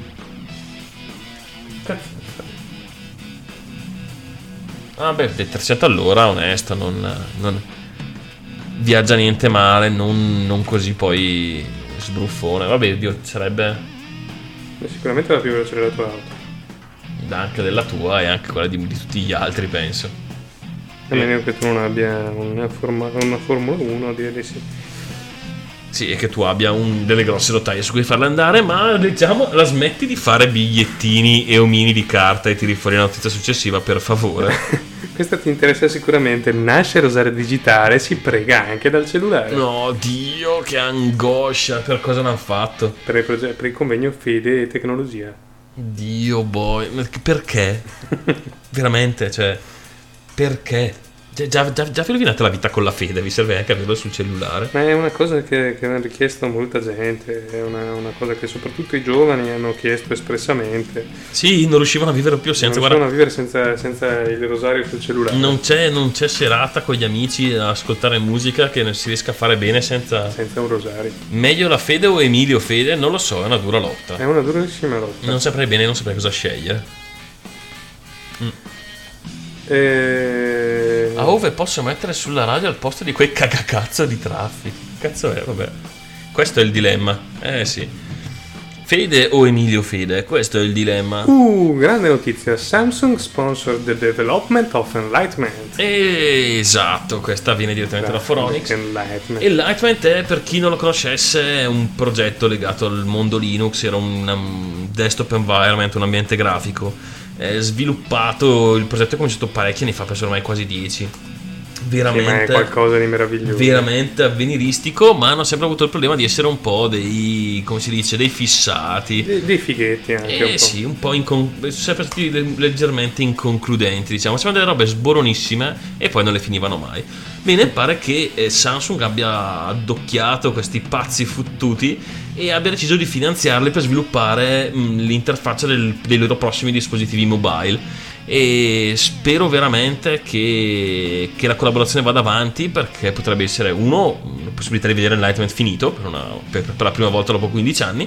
Ah beh, trecento all'ora, onesto, non, non viaggia niente male, non, non così poi sbruffone. Vabbè, Dio, sarebbe sicuramente la più veloce della tua auto, anche della tua e anche quella di, di tutti gli altri, penso. A meno che tu non abbia una, forma, una Formula uno, direi di sì. Sì, e che tu abbia un, delle grosse rotaie su cui farla andare, ma diciamo la smetti di fare bigliettini e omini di carta e tiri fuori la notizia successiva, per favore. Questa ti interessa sicuramente. Nasce Rosario Digitale, si prega anche dal cellulare. No, Dio, che angoscia. Per cosa l'hanno fatto? Per il, proge- per il convegno Fede e Tecnologia. Dio boy, perché? Veramente, cioè, perché? Già, già, già vi rovinate la vita con la Fede, vi serve anche averlo sul cellulare. Ma è una cosa che, che hanno richiesto molta gente, è una, una cosa che soprattutto i giovani hanno chiesto espressamente. Sì, non riuscivano a vivere più senza. Non riuscivano a vivere senza, senza il rosario sul cellulare. Non c'è, non c'è serata con gli amici a ascoltare musica che non si riesca a fare bene senza. Senza un rosario. Meglio la Fede o Emilio Fede? Non lo so, è una dura lotta. È una durissima lotta. Non saprei bene, non saprei cosa scegliere. Mm. E... A Ove posso mettere sulla radio al posto di quei cagacazzo di traffico. Cazzo è, vabbè. Questo è il dilemma. Eh sì. Fede o Emilio Fede? Questo è il dilemma. Uh, grande notizia. Samsung sponsor the development of Enlightenment. Esatto, questa viene direttamente da Phoronix. Enlightenment. Enlightenment è, per chi non lo conoscesse, è un progetto legato al mondo Linux. Era un um, desktop environment, un ambiente grafico. È sviluppato, il progetto è cominciato parecchi anni fa, penso ormai quasi dieci. veramente, sì, ma è qualcosa di meraviglioso, veramente avveniristico, ma hanno sempre avuto il problema di essere un po' dei, come si dice, dei fissati, dei, dei fighetti anche, eh un po'. sì, un po' incon- sempre stati leggermente inconcludenti, diciamo, facevano delle robe sboronissime e poi non le finivano mai. Bene, pare che eh, Samsung abbia addocchiato questi pazzi fottuti e abbia deciso di finanziarli per sviluppare mh, l'interfaccia del, dei loro prossimi dispositivi mobile, e spero veramente che, che la collaborazione vada avanti, perché potrebbe essere, uno, la possibilità di vedere Enlightenment finito per, una, per, per la prima volta dopo quindici anni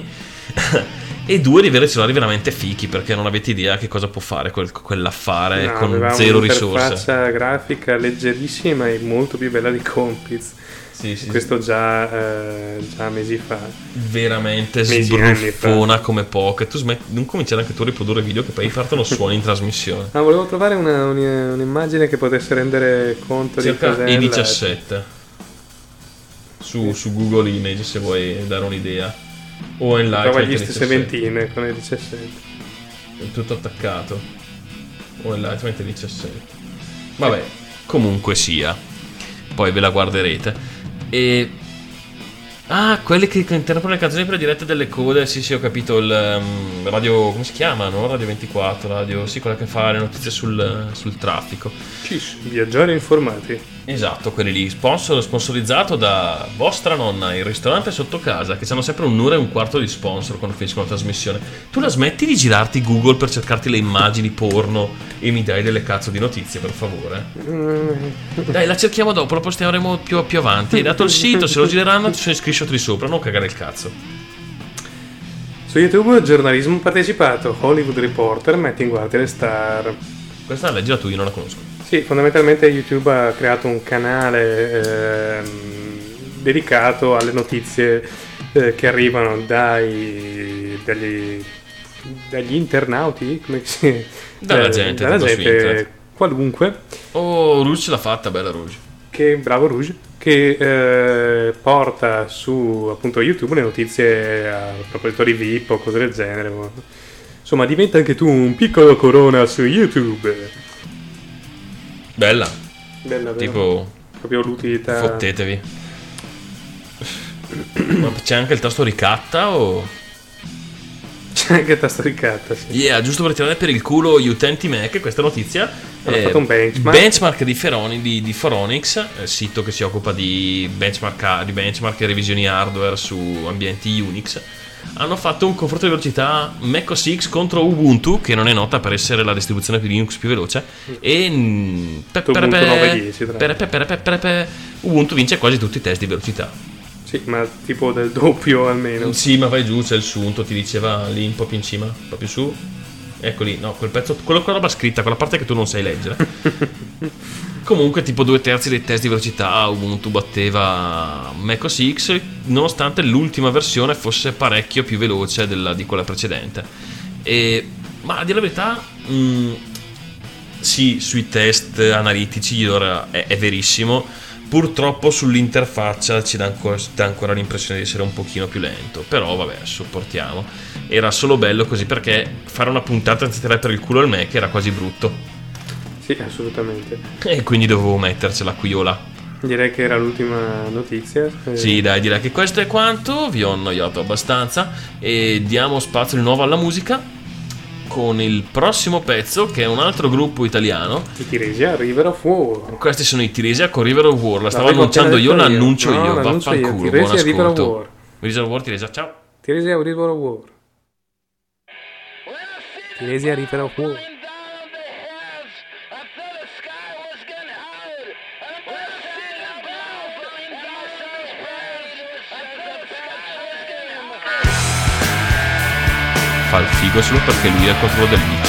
e due, di avere cellulari veramente fichi, perché non avete idea che cosa può fare quel, quell'affare, no, con zero risorse. Un'interfaccia grafica leggerissima e molto più bella di Compiz. Sì, sì, questo già, eh, già mesi fa, veramente mesi sbruffona come poche. Tu smetti, non cominciare anche tu a riprodurre video che poi partono suoni in trasmissione. Ah, volevo trovare una, un'immagine che potesse rendere conto cerca di cos'è i diciassette su, su Google Image, se vuoi dare un'idea, o in live trova gli diciassette con il diciassette, è tutto attaccato, o in live diciassette, vabbè, comunque sia, poi ve la guarderete. E ah, quelli che interrompono le canzoni per le dirette delle code, sì sì, ho capito, il um, radio, come si chiama, no? Radio ventiquattro, radio, sì, quella che fa le notizie sul, sul traffico. Cis, viaggiare informati. Esatto, quelli lì, sponsor, sponsorizzato da vostra nonna, il ristorante sotto casa, che hanno sempre un'ora e un quarto di sponsor quando finiscono la trasmissione. Tu la smetti di girarti Google per cercarti le immagini porno e mi dai delle cazzo di notizie, per favore? Dai, la cerchiamo dopo, la posteremo più, più avanti. Hai dato il sito, se lo gireranno ci sono i screenshot di sopra, non cagare il cazzo. Su YouTube giornalismo partecipato, Hollywood Reporter mette in guardia le star. Questa leggila tu, io non la conosco. Sì, fondamentalmente YouTube ha creato un canale ehm, dedicato alle notizie eh, che arrivano dai dagli, dagli internauti, come si dalla eh, gente, dalla gente qualunque. Oh, Rouge ce l'ha fatta, bella Rouge. Che bravo Rouge, che eh, porta su appunto YouTube le notizie a proposito di V I P o cose del genere. Insomma, diventa anche tu un piccolo Corona su YouTube. Bella. Bella, tipo proprio l'utilità. Fottetevi. Ma c'è anche il tasto ricatta o c'è anche il tasto ricatta, sì. Yeah, giusto per tirare per il culo gli utenti Mac, questa notizia hanno fatto un benchmark, benchmark di, Feroni, di, di Phoronix, sito che si occupa di benchmark, di benchmark e revisioni hardware su ambienti Unix. Hanno fatto un confronto di velocità Mac O S X contro Ubuntu, che non è nota per essere la distribuzione per Linux più veloce, e Ubuntu vince quasi tutti i test di velocità. Sì, ma tipo del doppio almeno. Sì, ma vai giù, c'è il sunto, ti diceva lì un po' più in cima, un po' più su. Ecco lì, no, quel pezzo, quello con la roba scritta, quella parte che tu non sai leggere. Comunque tipo due terzi dei test di velocità Ubuntu batteva Mac O S X, nonostante l'ultima versione fosse parecchio più veloce della, di quella precedente. E, ma a dire la verità, mh, sì, sui test analitici allora è, è verissimo. Purtroppo sull'interfaccia ci dà ancora, dà ancora l'impressione di essere un pochino più lento, però vabbè, sopportiamo. Era solo bello così, perché fare una puntata senza tirare per il culo al Mac era quasi brutto. Sì, assolutamente. E quindi dovevo mettercela qui o là. Direi che era l'ultima notizia. Sì, dai, direi che questo è quanto. Vi ho annoiato abbastanza e diamo spazio di nuovo alla musica con il prossimo pezzo, che è un altro gruppo italiano, i Tiresia River of War. Questi sono i Tiresia con River of War. La stavo annunciando io, l'annuncio io, io. Vaffanculo, buon ascolto. River of War. River of War, Tiresia, ciao. Tiresia River of War. Tiresia River of War. Fa il figo solo perché lui è il controllo del beat.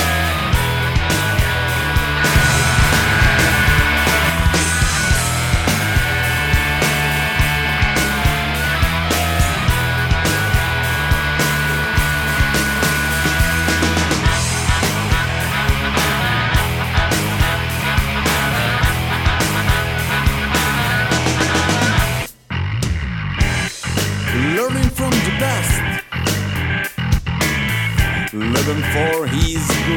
Learning from the best, living for his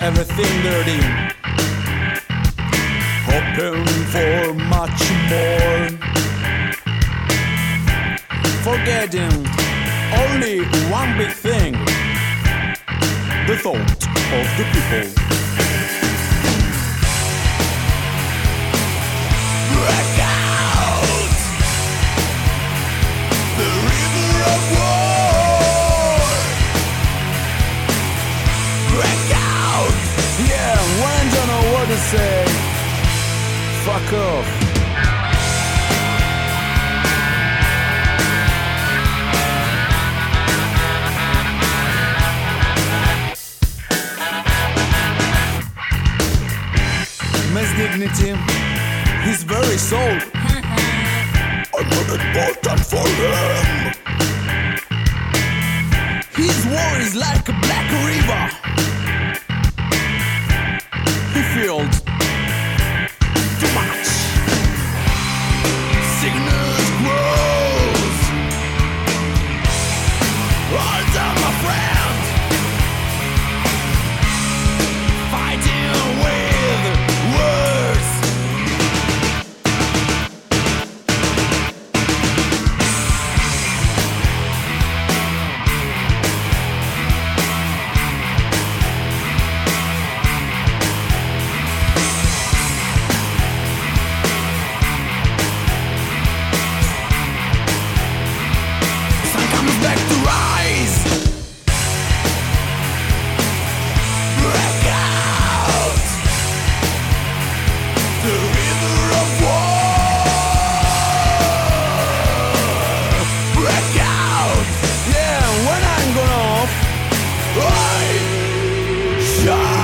everything dirty, hoping for much more, forgetting only one big thing, the thought of the people. Break out the river of war. Break out. Yeah, when I don't know what to say, fuck off. Man's dignity, his very soul, are not important for him. His war is like a black river. He feels too much. Sickness grows. All down, my friend. Fighting with words. Sun comes back to rise. Break out the river of war. Break out. Yeah, when I'm gone off, I shine.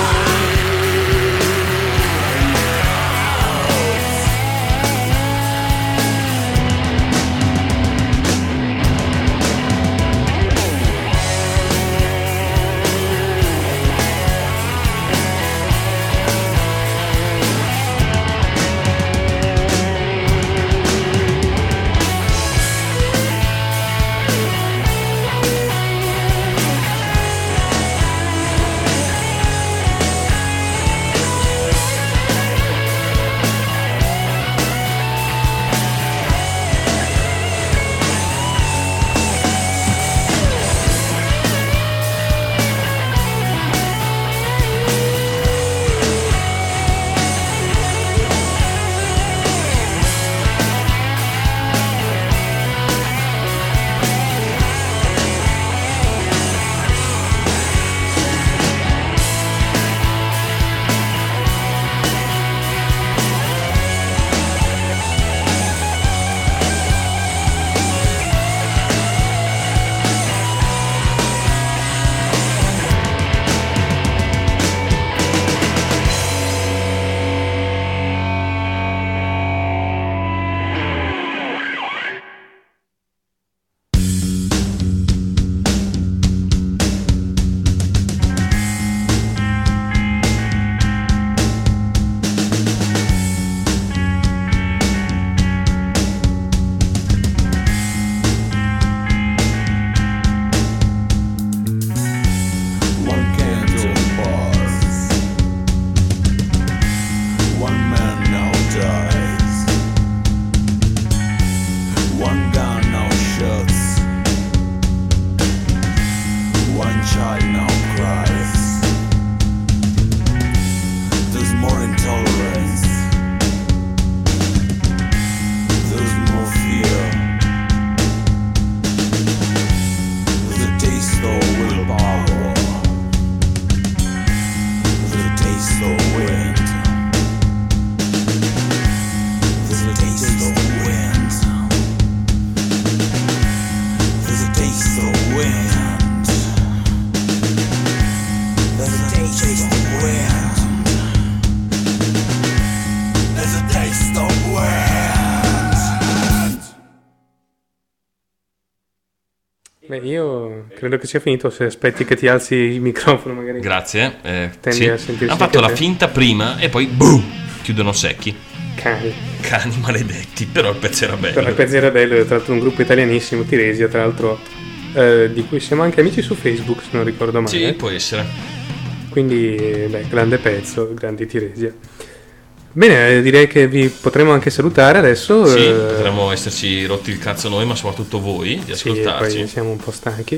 One candle burns. One man now dies. One gun now shoots. One child now cries. There's more intolerance. There's more fear. There's a taste of willpower. There's a taste of wind. There's a taste of wind. There's a taste of wind. There's a taste of wind. There's a taste of wind. Beh, io credo che sia finito. Se aspetti che ti alzi il microfono, magari. Grazie. Eh, Tendi sì. a sentirsi Hanno fatto anche la te. finta prima e poi boom, chiudono secchi. Cani. Cani maledetti, però il pezzo era bello. Però il pezzo era bello, tra l'altro un gruppo italianissimo, Tiresia, tra l'altro, eh, di cui siamo anche amici su Facebook, se non ricordo male. Sì, può essere. Quindi, beh, grande pezzo, grandi Tiresia. Bene, direi che vi potremo anche salutare adesso. Sì, eh, potremmo esserci rotti il cazzo noi, ma soprattutto voi di sì, ascoltarci. poi siamo un po' stanchi.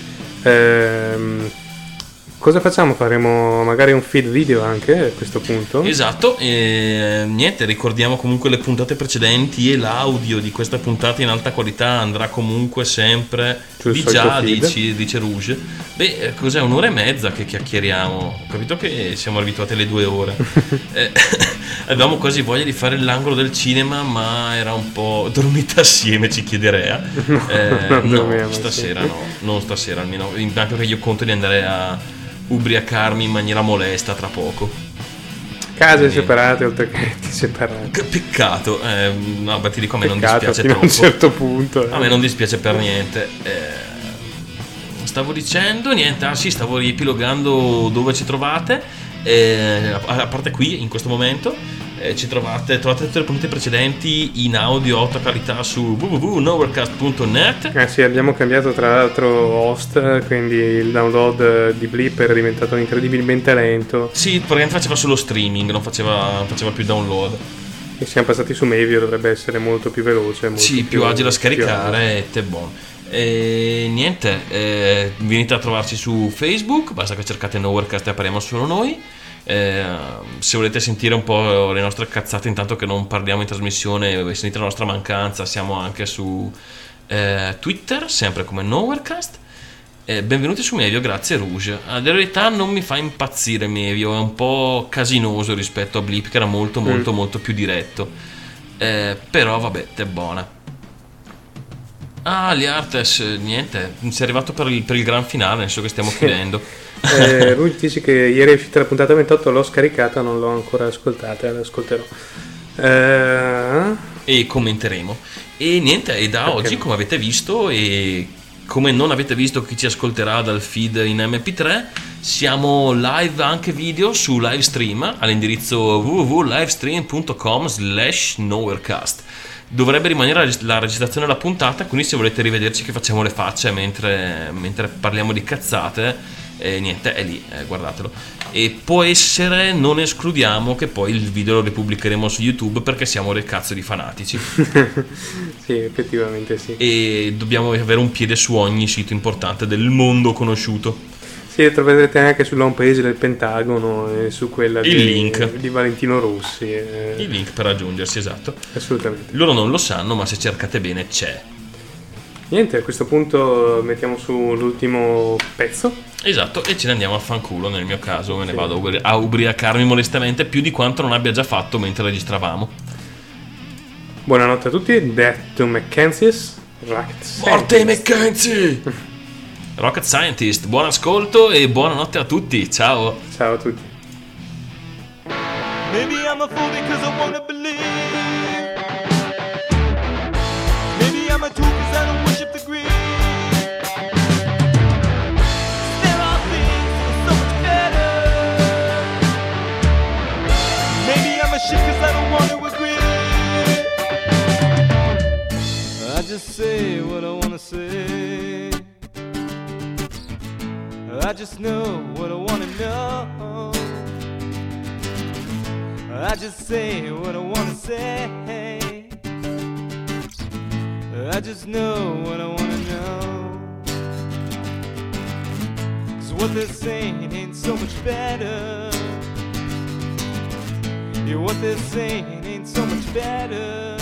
Ehm, cosa facciamo? Faremo magari un feed video anche a questo punto. Esatto, e niente, ricordiamo comunque le puntate precedenti e l'audio di questa puntata in alta qualità andrà comunque sempre Sul di solito già, feed. dici, dice Rouge. Beh, eh, cos'è, un'ora e mezza che chiacchieriamo? Ho capito che siamo abituati alle due ore. eh, avevamo quasi voglia di fare l'angolo del cinema, ma era un po' dormita assieme, ci chiederea. Eh, non no, dormiamo stasera assieme. no, non stasera almeno, anche perché io conto di andare a ubriacarmi in maniera molesta tra poco. Case Quindi- separate oltre che letti separati. Che peccato, eh, no, beh, ti dico, a me non Peccato, dispiace fino a un troppo. certo punto. eh. A me non dispiace per niente. Eh, stavo dicendo niente, ah sì, stavo riepilogando dove ci trovate. Eh, a a parte qui in questo momento, eh, ci trovate, trovate tutte le puntate precedenti in audio a alta qualità su w w w punto nowherecast punto net. Eh sì, abbiamo cambiato tra l'altro host, quindi il download di Blipper è diventato incredibilmente lento Sì, praticamente faceva solo streaming, non faceva, non faceva più download. e siamo passati su Mavio, dovrebbe essere molto più veloce, molto Sì, più agile da più scaricare e te buono. E niente, eh, venite a trovarci su Facebook, basta che cercate Nowherecast e appariamo solo noi. Eh, se volete sentire un po' le nostre cazzate intanto che non parliamo in trasmissione e sentite la nostra mancanza, siamo anche su eh, Twitter, sempre come Nowherecast. Eh, benvenuti su Mevio, grazie Rouge. A dire la verità non mi fa impazzire Mevio, è un po' casinoso rispetto a Blip che era molto molto Mm. molto più diretto. Eh, però vabbè, te buona. Ah, gli Artes, niente, sei arrivato per il, per il gran finale, nel senso che stiamo chiudendo. Eh, lui dice che ieri è uscita la puntata ventotto, l'ho scaricata, non l'ho ancora ascoltata, l'ascolterò. Eh, E commenteremo. E niente, e da Perché oggi, no? come avete visto, e come non avete visto chi ci ascolterà dal feed in M P tre, siamo live anche video su Livestream all'indirizzo w w w punto livestream punto com slash nowherecast. Dovrebbe rimanere la reg- la registrazione della puntata, quindi se volete rivederci che facciamo le facce mentre, mentre parliamo di cazzate, eh, niente, è lì, eh, guardatelo. E può essere, non escludiamo che poi il video lo ripubblicheremo su YouTube perché siamo dei cazzo di fanatici sì, effettivamente sì. e dobbiamo avere un piede su ogni sito importante del mondo conosciuto. Sì, troverete anche sull'home page del Pentagono e su quella Il di, link. di Valentino Rossi. eh, Il link per raggiungersi, esatto. Assolutamente. Loro non lo sanno, ma se cercate bene c'è. Niente, a questo punto mettiamo su l'ultimo pezzo. Esatto, e ce ne andiamo a fanculo. Nel mio caso me ne vado a ubri- a ubriacarmi molestamente più di quanto non abbia già fatto mentre registravamo. Buonanotte a tutti, Death to Mackenzies. Morte ai McKenzie! Rocket Scientist, buon ascolto e buonanotte a tutti, ciao! Ciao a tutti. Maybe I'm a fool because I wanna believe. Maybe I'm a tool because I don't worship the greed. There are things that are so much better. Maybe I'm a shit because I don't want to agree. I just say what I wanna say. I just know what I wanna know. I just say what I wanna say. I just know what I wanna know. 'Cause what they're saying ain't so much better. Yeah, what they're saying ain't so much better.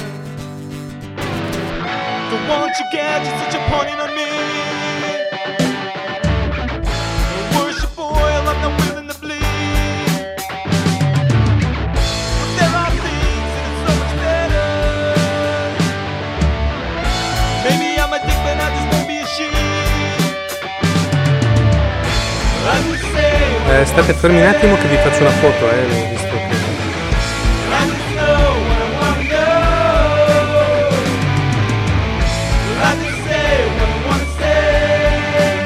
Don't want you get you such a pointing on me. Worship oil, I'm not willing to bleed. But there are things that are so much better. Maybe I'm a dick, but I just won't be a sheep. I just say Eh, state fermi un attimo che vi faccio una foto, eh, visto che... I just know what I wanna know. I just say what I wanna say.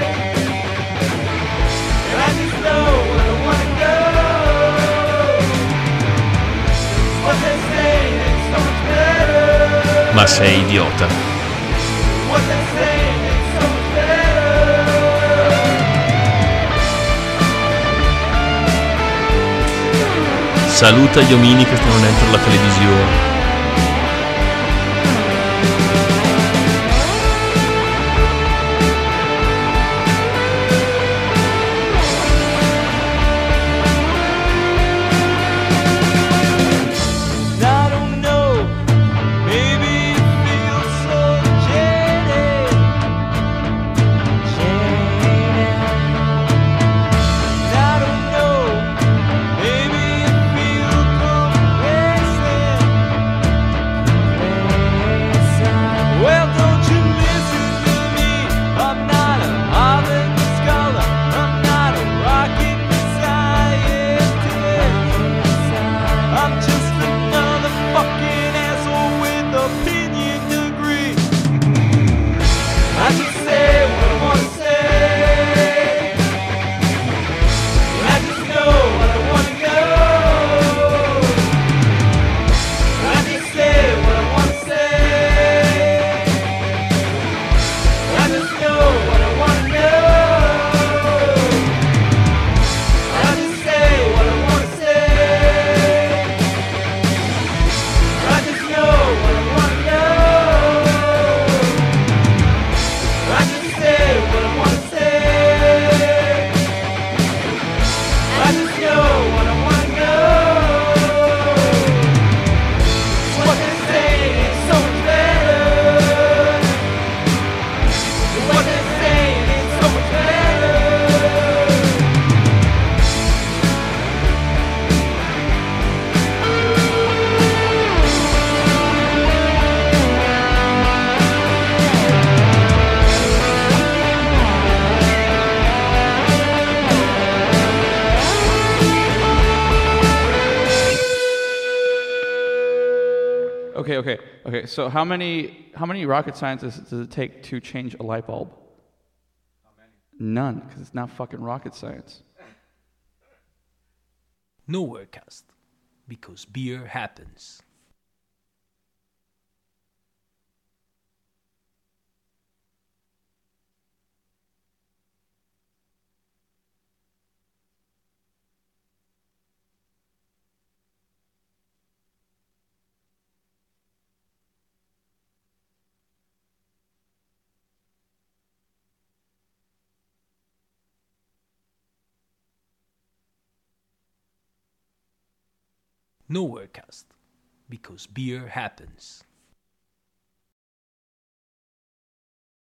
I just know what I wanna know. What they say is so much better. Ma sei idiota. What they say is so much better. Saluta gli omini che stanno dentro la televisione. Okay, okay, okay. So how many how many rocket scientists does it take to change a light bulb? How many? None, because it's not fucking rocket science. Nowherecast, because beer happens. Nowherecast, because beer happens.